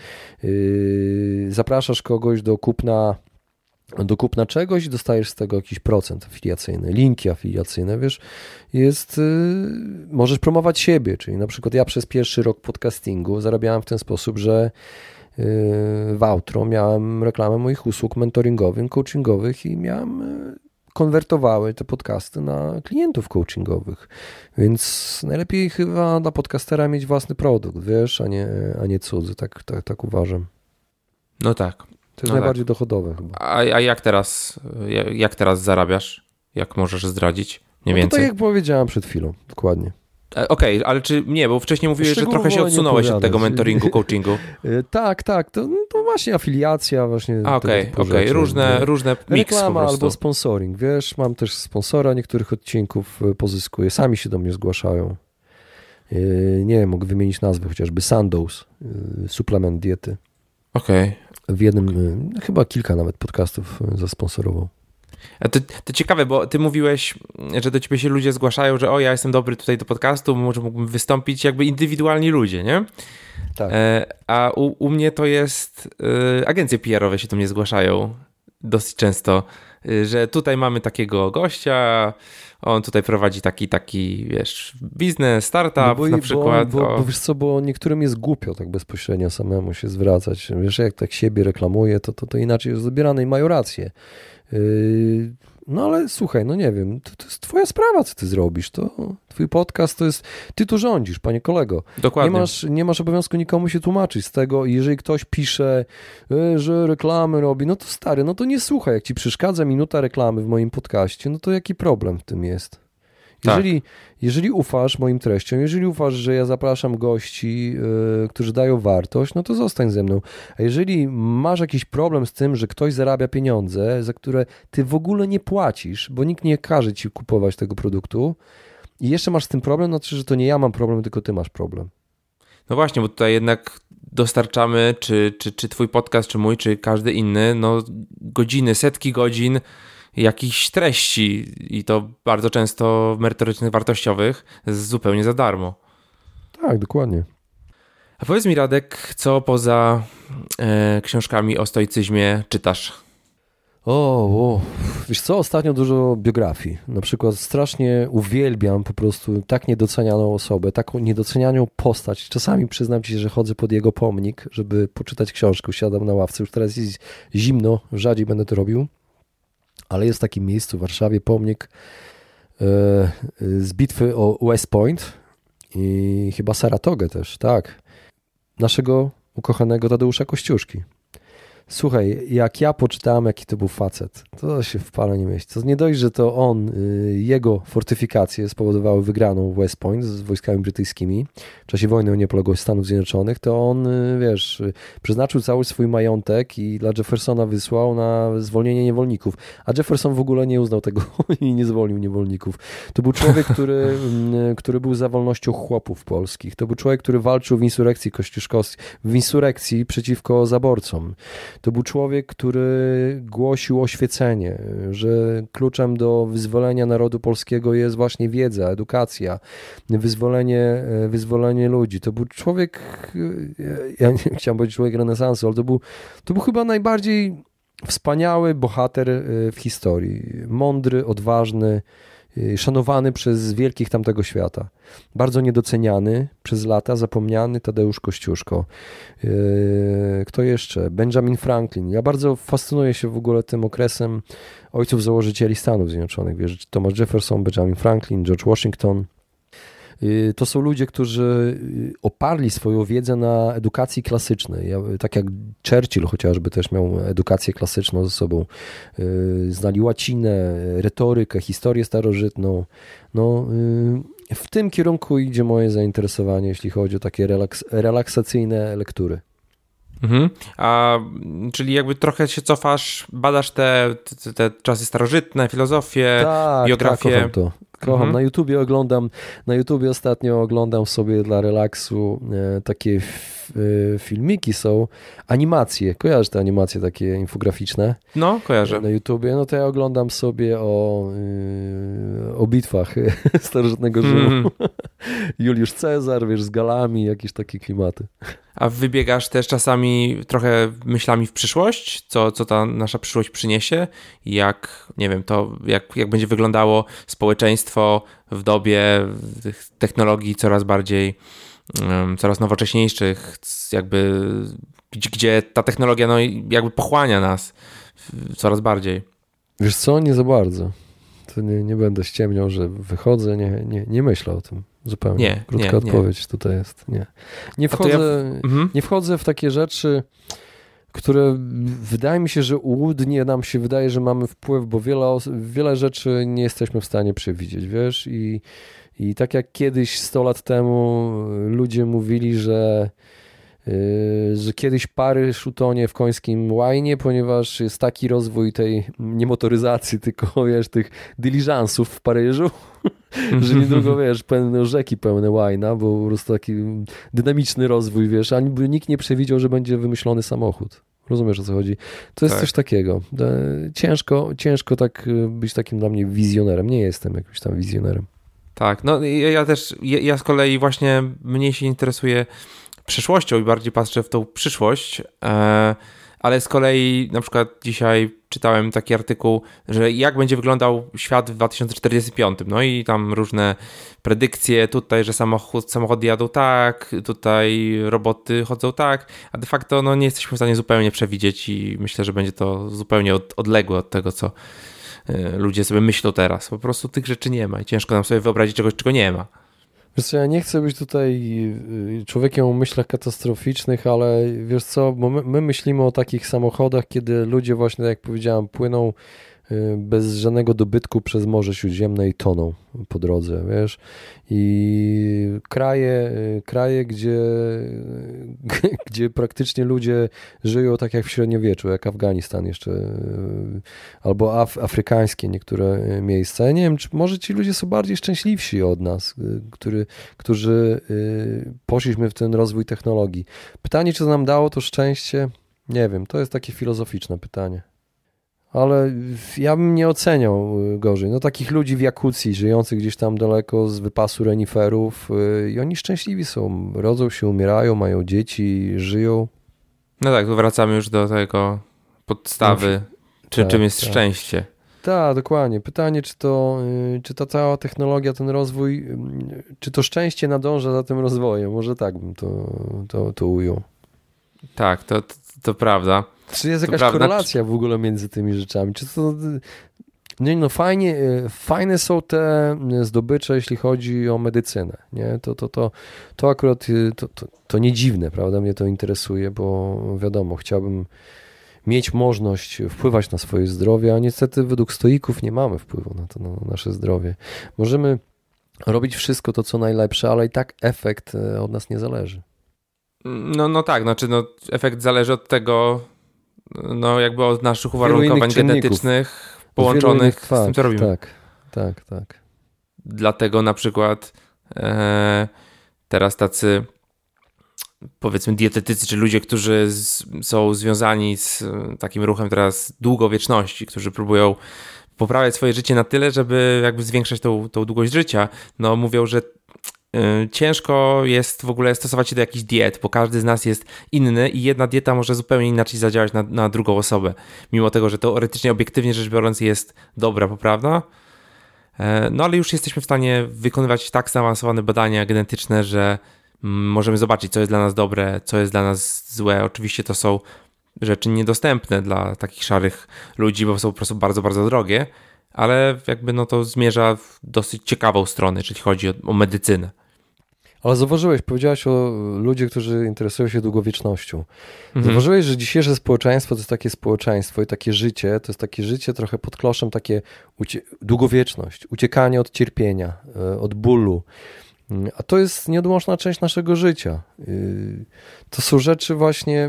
yy, zapraszasz kogoś do kupna, do kupna czegoś i dostajesz z tego jakiś procent afiliacyjny, linki afiliacyjne, wiesz, jest, yy, możesz promować siebie, czyli na przykład ja przez pierwszy rok podcastingu zarabiałem w ten sposób, że w outro miałem reklamę moich usług mentoringowych, coachingowych i miałem konwertowały te podcasty na klientów coachingowych. Więc najlepiej chyba dla podcastera mieć własny produkt, wiesz, a nie, a nie cudzy, tak, tak, tak uważam. No tak. To jest no najbardziej tak. dochodowe chyba. A, a jak teraz, jak teraz zarabiasz? Jak możesz zdradzić? Mniej no to więcej. tak jak powiedziałem przed chwilą, dokładnie. Okej, okay, ale czy nie, bo wcześniej mówiłeś, że trochę się odsunąłeś od tego mentoringu, coachingu. tak, tak, to, to właśnie afiliacja, właśnie. Okej, okej, okay. różne, nie? różne miks Reklama po prostu. Albo sponsoring, wiesz, mam też sponsora niektórych odcinków, pozyskuję, sami się do mnie zgłaszają. Nie wiem, mogę wymienić nazwę, chociażby Sandoz, suplement diety. Okej. Okay. W jednym, chyba kilka nawet podcastów zasponsorował. A to, to ciekawe, bo ty mówiłeś, że do ciebie się ludzie zgłaszają, że o, ja jestem dobry tutaj do podcastu, może mógłbym wystąpić, jakby indywidualni ludzie, nie? Tak. E, a u, u mnie to jest, e, agencje P R owe się do mnie zgłaszają dosyć często, e, że tutaj mamy takiego gościa, on tutaj prowadzi taki, taki, wiesz, biznes, startup no bo, na przykład. Bo, bo, bo wiesz co, bo niektórym jest głupio tak bezpośrednio samemu się zwracać. Wiesz, jak tak siebie reklamuje, to, to, to inaczej jest odbierane i mają rację. No ale słuchaj, no nie wiem, to, to jest twoja sprawa, co ty zrobisz, to twój podcast to jest, ty tu rządzisz, panie kolego. Dokładnie. Nie masz, nie masz obowiązku nikomu się tłumaczyć z tego i jeżeli ktoś pisze, że reklamy robi, no to stary, no to nie słuchaj, jak ci przeszkadza minuta reklamy w moim podcaście, no to jaki problem w tym jest? Jeżeli, tak. jeżeli ufasz moim treściom, jeżeli ufasz, że ja zapraszam gości, yy, którzy dają wartość, no to zostań ze mną. A jeżeli masz jakiś problem z tym, że ktoś zarabia pieniądze, za które ty w ogóle nie płacisz, bo nikt nie każe ci kupować tego produktu i jeszcze masz z tym problem, znaczy, że to nie ja mam problem, tylko ty masz problem. No właśnie, bo tutaj jednak dostarczamy, czy, czy, czy twój podcast, czy mój, czy każdy inny, no godziny, setki godzin jakichś treści i to bardzo często merytorycznych, wartościowych, zupełnie za darmo. Tak, dokładnie. A powiedz mi, Radek, co poza e, książkami o stoicyzmie czytasz? O, o, wiesz co, ostatnio dużo biografii. Na przykład strasznie uwielbiam po prostu tak niedocenianą osobę, taką niedocenianą postać. Czasami przyznam ci, że chodzę pod jego pomnik, żeby poczytać książkę, siadam na ławce. Już teraz jest zimno, rzadziej będę to robił. Ale jest w takim miejscu w Warszawie pomnik e, z bitwy o West Point i chyba Saratogę też, tak. Naszego ukochanego Tadeusza Kościuszki. Słuchaj, jak ja poczytałem, jaki to był facet, to się w pale nie mieści. To nie dość, że to on, jego fortyfikacje spowodowały wygraną West Point z wojskami brytyjskimi w czasie wojny o niepodległość Stanów Zjednoczonych, to on, wiesz, przeznaczył cały swój majątek i dla Jeffersona wysłał na zwolnienie niewolników. A Jefferson w ogóle nie uznał tego i nie zwolnił niewolników. To był człowiek, który, który był za wolnością chłopów polskich. To był człowiek, który walczył w insurekcji kościuszkowskiej, w insurekcji przeciwko zaborcom. To był człowiek, który głosił oświecenie, że kluczem do wyzwolenia narodu polskiego jest właśnie wiedza, edukacja, wyzwolenie, wyzwolenie ludzi. To był człowiek, ja nie chciałem powiedzieć człowiek renesansu, ale to był, to był chyba najbardziej wspaniały bohater w historii. Mądry, odważny, szanowany przez wielkich tamtego świata. Bardzo niedoceniany przez lata, zapomniany Tadeusz Kościuszko. Kto jeszcze? Benjamin Franklin. Ja bardzo fascynuję się w ogóle tym okresem ojców założycieli Stanów Zjednoczonych. Wiesz, Thomas Jefferson, Benjamin Franklin, George Washington. To są ludzie, którzy oparli swoją wiedzę na edukacji klasycznej. Ja, tak jak Churchill chociażby też miał edukację klasyczną ze sobą. Znali łacinę, retorykę, historię starożytną. No, w tym kierunku idzie moje zainteresowanie, jeśli chodzi o takie relaks- relaksacyjne lektury. Mhm. A, czyli jakby trochę się cofasz, badasz te, te, te czasy starożytne, filozofię, tak, biografię. Tak, kocham to. Kocham. Mhm. Na YouTubie oglądam, na YouTubie ostatnio oglądam sobie dla relaksu e, takie f, e, filmiki są, animacje. Kojarzysz te animacje takie infograficzne? No, kojarzę. Na YouTubie. No to ja oglądam sobie o, e, o bitwach starożytnego Rzymu. Mm. Juliusz Cezar, wiesz, z galami, jakieś takie klimaty. A wybiegasz też czasami trochę myślami w przyszłość? Co, co ta nasza przyszłość przyniesie? Jak, nie wiem, to jak, jak będzie wyglądało społeczeństwo w dobie tych technologii coraz bardziej, um, coraz nowocześniejszych, jakby gdzie, gdzie ta technologia no, jakby pochłania nas coraz bardziej. Wiesz co, nie za bardzo. To nie, nie będę ściemniał, że wychodzę, nie, nie, nie myślę o tym zupełnie. Nie, Krótka nie, odpowiedź nie. tutaj jest. Nie, nie, wchodzę, ja... mhm. nie wchodzę w takie rzeczy, które wydaje mi się, że ułudnie nam się wydaje, że mamy wpływ, bo wiele, wiele rzeczy nie jesteśmy w stanie przewidzieć, wiesz? I, i tak jak kiedyś sto lat temu ludzie mówili, że Yy, że kiedyś Paryż utonie w końskim łajnie, ponieważ jest taki rozwój tej nie motoryzacji, tylko wiesz, tych dyliżansów w Paryżu, że niedługo wiesz, pełne rzeki pełne łajna, bo po prostu taki dynamiczny rozwój, wiesz, ani nikt nie przewidział, że będzie wymyślony samochód. Rozumiesz, o co chodzi? To jest tak. Coś takiego. Ciężko, ciężko tak być takim dla mnie wizjonerem. Nie jestem jakimś tam wizjonerem. Tak, no ja też, ja z kolei właśnie mniej się interesuję przyszłością i bardziej patrzę w tą przyszłość, ale z kolei na przykład dzisiaj czytałem taki artykuł, że jak będzie wyglądał świat w dwa tysiące czterdziestym piątym, no i tam różne predykcje tutaj, że samochód, samochody jadą tak, tutaj roboty chodzą tak, a de facto no nie jesteśmy w stanie zupełnie przewidzieć i myślę, że będzie to zupełnie od, odległe od tego, co ludzie sobie myślą teraz. Po prostu tych rzeczy nie ma i ciężko nam sobie wyobrazić czegoś, czego nie ma. Wiesz co, ja nie chcę być tutaj człowiekiem o myślach katastroficznych, ale wiesz co, bo my, my myślimy o takich samochodach, kiedy ludzie właśnie, jak powiedziałem, płyną bez żadnego dobytku przez Morze Śródziemne i toną po drodze, wiesz, i kraje, kraje gdzie, gdzie praktycznie ludzie żyją tak jak w średniowieczu, jak Afganistan jeszcze, albo af, afrykańskie niektóre miejsca. Ja nie wiem, czy może ci ludzie są bardziej szczęśliwsi od nas, który, którzy poszliśmy w ten rozwój technologii. Pytanie, czy to nam dało to szczęście? Nie wiem, to jest takie filozoficzne pytanie. Ale ja bym nie oceniał gorzej. No takich ludzi w Jakucji, żyjących gdzieś tam daleko z wypasu reniferów i oni szczęśliwi są. Rodzą się, umierają, mają dzieci, żyją. No tak, tu wracamy już do tego podstawy, no, czy, tak, czym jest tak. szczęście. Tak, dokładnie. Pytanie, czy to, czy ta cała technologia, ten rozwój, czy to szczęście nadąża za tym rozwojem? Może tak bym to, to, to ujął. Tak, to, to, to prawda. Czy jest jakaś prawda, korelacja w ogóle między tymi rzeczami? Czy to... Nie, no fajnie, fajne są te zdobycze, jeśli chodzi o medycynę. Nie? To, to, to, to akurat to, to, to nie dziwne, prawda? Mnie to interesuje, bo wiadomo, chciałbym mieć możliwość wpływać na swoje zdrowie, a niestety według stoików nie mamy wpływu na to, na nasze zdrowie. Możemy robić wszystko to, co najlepsze, ale i tak efekt od nas nie zależy. No, no tak, znaczy no, efekt zależy od tego, no jakby od naszych uwarunkowań genetycznych połączonych z tym, co robimy. Tak, tak, tak. Dlatego na przykład e, teraz tacy powiedzmy dietetycy, czy ludzie, którzy z, są związani z takim ruchem teraz długowieczności, którzy próbują poprawiać swoje życie na tyle, żeby jakby zwiększać tą, tą długość życia, no mówią, że ciężko jest w ogóle stosować się do jakichś diet, bo każdy z nas jest inny i jedna dieta może zupełnie inaczej zadziałać na, na drugą osobę. Mimo tego, że teoretycznie, obiektywnie rzecz biorąc jest dobra, poprawna. No ale już jesteśmy w stanie wykonywać tak zaawansowane badania genetyczne, że możemy zobaczyć, co jest dla nas dobre, co jest dla nas złe. Oczywiście to są rzeczy niedostępne dla takich szarych ludzi, bo są po prostu bardzo, bardzo drogie, ale jakby no to zmierza w dosyć ciekawą stronę, jeżeli chodzi o, o medycynę. Ale zauważyłeś, powiedziałeś o ludziach, którzy interesują się długowiecznością. Mhm. Zauważyłeś, że dzisiejsze społeczeństwo to jest takie społeczeństwo i takie życie, to jest takie życie trochę pod kloszem, takie ucie- długowieczność, uciekanie od cierpienia, od bólu. A to jest nieodłączna część naszego życia. To są rzeczy właśnie...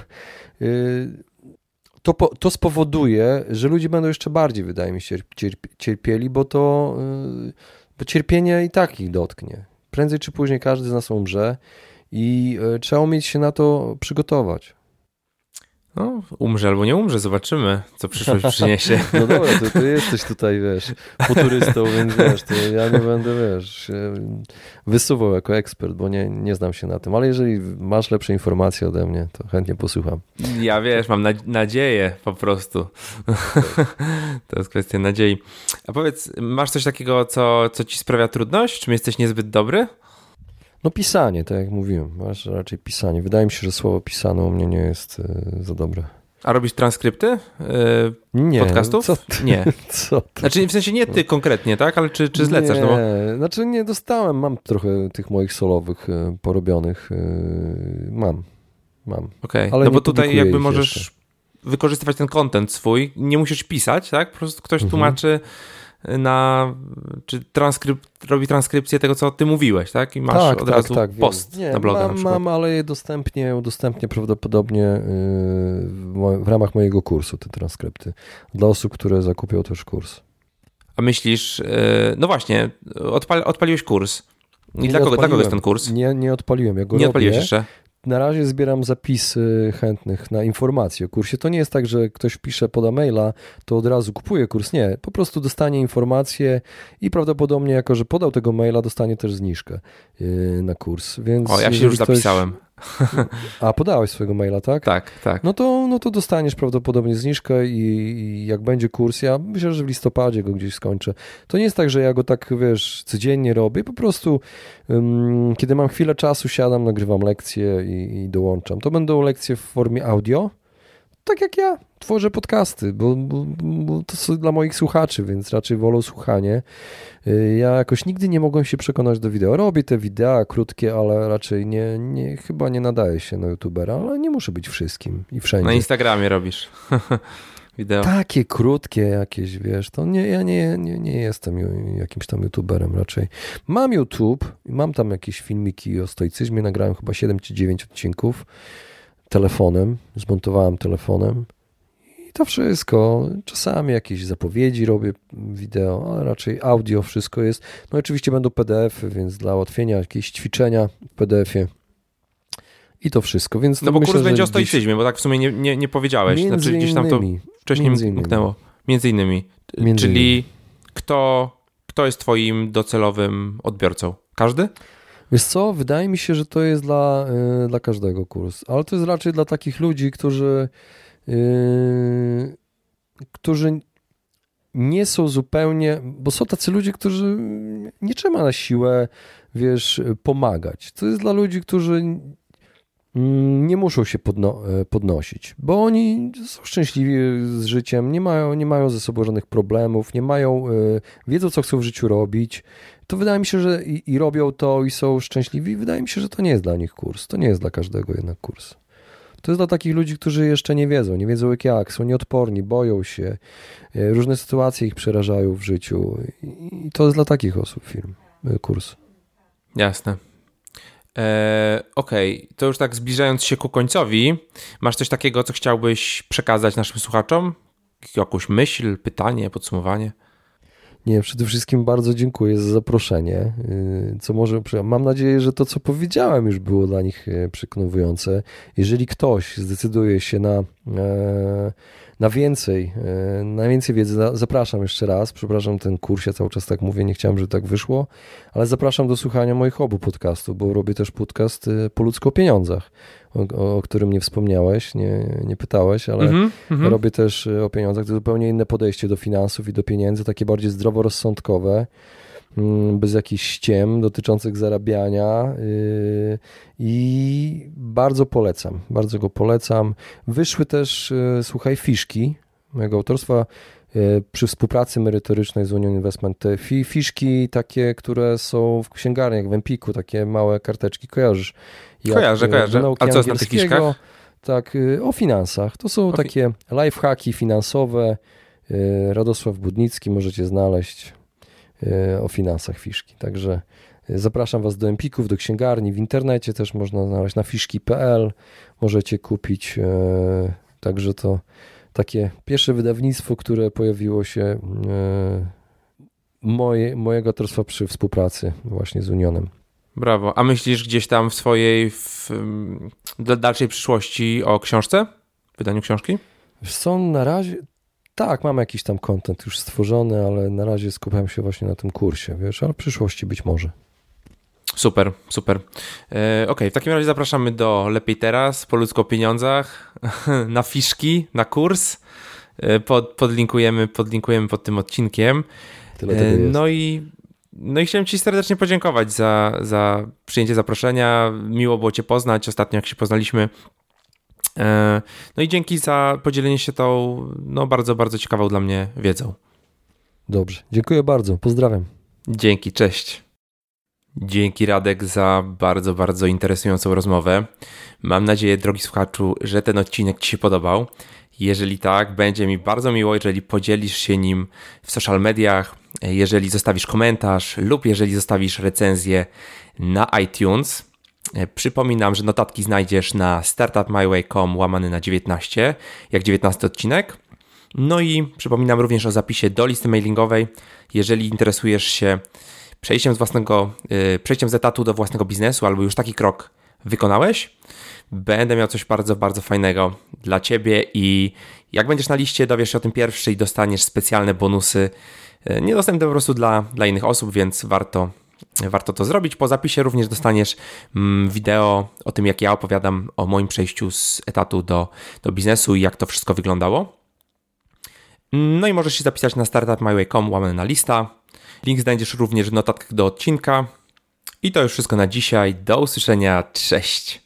To, po, to spowoduje, że ludzie będą jeszcze bardziej, wydaje mi się, cierp- cierpieli, bo to bo cierpienie i tak ich dotknie. Prędzej czy później każdy z nas umrze i trzeba umieć się na to przygotować. No, umrze albo nie umrze, zobaczymy, co przyszłość przyniesie. No dobra, to ty jesteś tutaj, wiesz, futurystą, więc wiesz, to ja nie będę, wiesz, się wysuwał jako ekspert, bo nie, nie znam się na tym, ale jeżeli masz lepsze informacje ode mnie, to chętnie posłucham. Ja wiesz, mam nadzieję po prostu. To jest kwestia nadziei. A powiedz, masz coś takiego, co, co ci sprawia trudność? Czym jesteś niezbyt dobry? No pisanie, tak jak mówiłem, masz raczej pisanie. Wydaje mi się, że słowo pisane u mnie nie jest y, za dobre. A robisz transkrypty yy, nie, podcastów? Co ty? Nie. Co ty? Znaczy w sensie nie ty konkretnie, tak? Ale czy, czy zlecasz? Nie, no bo... znaczy nie dostałem, mam trochę tych moich solowych y, porobionych, y, mam, mam. Okej, okay. no bo tutaj jakby możesz jeszcze. wykorzystywać ten content swój, nie musisz pisać, tak? Po prostu ktoś mhm. tłumaczy na, czy transkrypt, robi transkrypcję tego, co ty mówiłeś, tak? I masz tak, od tak, razu tak, post nie, na bloga mam, na przykład. Mam, ale je udostępnię, udostępnię prawdopodobnie yy, w, w ramach mojego kursu te transkrypty. Dla osób, które zakupią też kurs. A myślisz, yy, no właśnie, odpal, odpaliłeś kurs. I dla kogo, dla kogo jest ten kurs? Nie, nie odpaliłem, ja go Nie robię. odpaliłeś jeszcze? Na razie zbieram zapisy chętnych na informacje o kursie. To nie jest tak, że ktoś pisze, poda maila, to od razu kupuje kurs. Nie, po prostu dostanie informacje i prawdopodobnie jako, że podał tego maila, dostanie też zniżkę yy, na kurs. Więc o, ja się już ktoś... zapisałem. A, podałeś swojego maila, tak? Tak, tak. No to, no to dostaniesz prawdopodobnie zniżkę i, i jak będzie kurs, ja myślę, że w listopadzie go gdzieś skończę. To nie jest tak, że ja go tak, wiesz, codziennie robię, po prostu um, kiedy mam chwilę czasu, siadam, nagrywam lekcje i, i dołączam. To będą lekcje w formie audio, tak jak ja tworzę podcasty, bo, bo, bo to są dla moich słuchaczy, więc raczej wolą słuchanie. Ja jakoś nigdy nie mogłem się przekonać do wideo. Robię te wideo krótkie, ale raczej nie, nie, chyba nie nadaje się na youtubera, ale nie muszę być wszystkim i wszędzie. Na Instagramie robisz wideo. Takie krótkie jakieś, wiesz, to nie, ja nie, nie, nie jestem jakimś tam youtuberem raczej. Mam YouTube i mam tam jakieś filmiki o stoicyzmie, nagrałem chyba siedem czy dziewięć odcinków telefonem, zmontowałem telefonem. I to wszystko. Czasami jakieś zapowiedzi robię wideo, ale raczej audio wszystko jest. No oczywiście będą P D F-y, więc dla ułatwienia jakieś ćwiczenia w P D F-ie. I to wszystko. Więc no bo myślę, kurs będzie o gdzieś... stoicyzmie, bo tak w sumie nie, nie, nie powiedziałeś. Między znaczy gdzieś tam to wcześniej między mknęło. Między innymi. Między Czyli innymi. Kto, kto jest twoim docelowym odbiorcą? Każdy? Wiesz co, wydaje mi się, że to jest dla, yy, dla każdego kurs, ale to jest raczej dla takich ludzi, którzy Yy, którzy nie są zupełnie, bo są tacy ludzie, którzy nie trzeba na siłę, wiesz, pomagać. To jest dla ludzi, którzy nie muszą się podno- podnosić, bo oni są szczęśliwi z życiem, nie mają, nie mają ze sobą żadnych problemów, nie mają, yy, wiedzą, co chcą w życiu robić. To wydaje mi się, że i, i robią to i są szczęśliwi. Wydaje mi się, że to nie jest dla nich kurs. To nie jest dla każdego jednak kurs. To jest dla takich ludzi, którzy jeszcze nie wiedzą, nie wiedzą jak jak, są nieodporni, boją się, różne sytuacje ich przerażają w życiu i to jest dla takich osób film, kurs. Jasne. Eee, Okej, okay. To już tak zbliżając się ku końcowi, masz coś takiego, co chciałbyś przekazać naszym słuchaczom? Jakąś myśl, pytanie, podsumowanie? Nie, przede wszystkim bardzo dziękuję za zaproszenie, co może, mam nadzieję, że to, co powiedziałem, już było dla nich przekonujące. Jeżeli ktoś zdecyduje się na, na więcej, na więcej wiedzy, zapraszam jeszcze raz, przepraszam ten kurs, ja cały czas tak mówię, nie chciałem, żeby tak wyszło, ale zapraszam do słuchania moich obu podcastów, bo robię też podcast Po ludzku o pieniądzach, o, o którym nie wspomniałeś, nie, nie pytałeś, ale mm-hmm, robię też o pieniądzach. To zupełnie inne podejście do finansów i do pieniędzy, takie bardziej zdroworozsądkowe, bez jakichś ściem dotyczących zarabiania yy, i bardzo polecam, bardzo go polecam. Wyszły też, yy, słuchaj, fiszki mojego autorstwa yy, przy współpracy merytorycznej z Union Investment. Te fi, fiszki takie, które są w księgarniach, w Empiku, takie małe karteczki, kojarzysz? Jak, kojarzę, kojarzę. A co jest na tych fiszkach? Tak, yy, o finansach. To są okay. takie lifehacki finansowe. Yy, Radosław Budnicki, możecie znaleźć o finansach fiszki. Także zapraszam Was do Empików, do księgarni, w internecie też można znaleźć na fiszki kropka pe el, możecie kupić. Także to takie pierwsze wydawnictwo, które pojawiło się moje, mojego autorstwa przy współpracy właśnie z Unionem. Brawo. A myślisz gdzieś tam w swojej w, w dalszej przyszłości o książce? Wydaniu książki? Są na razie... Tak, mam jakiś tam content już stworzony, ale na razie skupiam się właśnie na tym kursie, wiesz, ale w przyszłości być może. Super, super. E, Okej, okay, w takim razie zapraszamy do Lepiej Teraz, Po ludzku o pieniądzach, na fiszki, na kurs. E, pod, podlinkujemy, podlinkujemy pod tym odcinkiem. Tyle tego jest. No i No i chciałem Ci serdecznie podziękować za, za przyjęcie zaproszenia. Miło było Cię poznać ostatnio, jak się poznaliśmy. No i dzięki za podzielenie się tą no, bardzo, bardzo ciekawą dla mnie wiedzą. Dobrze, dziękuję bardzo, pozdrawiam. Dzięki, cześć. Dzięki Radek za bardzo, bardzo interesującą rozmowę. Mam nadzieję, drogi słuchaczu, że ten odcinek Ci się podobał. Jeżeli tak, będzie mi bardzo miło, jeżeli podzielisz się nim w social mediach, jeżeli zostawisz komentarz lub jeżeli zostawisz recenzję na iTunes. Przypominam, że notatki znajdziesz na startupmyway kropka com łamany na dziewiętnaście, jak dziewiętnasty odcinek. No i przypominam również o zapisie do listy mailingowej. Jeżeli interesujesz się przejściem z własnego, yy, przejściem z etatu do własnego biznesu albo już taki krok wykonałeś, będę miał coś bardzo, bardzo fajnego dla Ciebie i jak będziesz na liście, dowiesz się o tym pierwszy i dostaniesz specjalne bonusy yy, niedostępne po prostu dla, dla innych osób, więc warto Warto to zrobić. Po zapisie również dostaniesz wideo o tym, jak ja opowiadam o moim przejściu z etatu do, do biznesu i jak to wszystko wyglądało. No i możesz się zapisać na startupmyway kropka com łamane na lista. Link znajdziesz również w notatkach do odcinka. I to już wszystko na dzisiaj. Do usłyszenia. Cześć!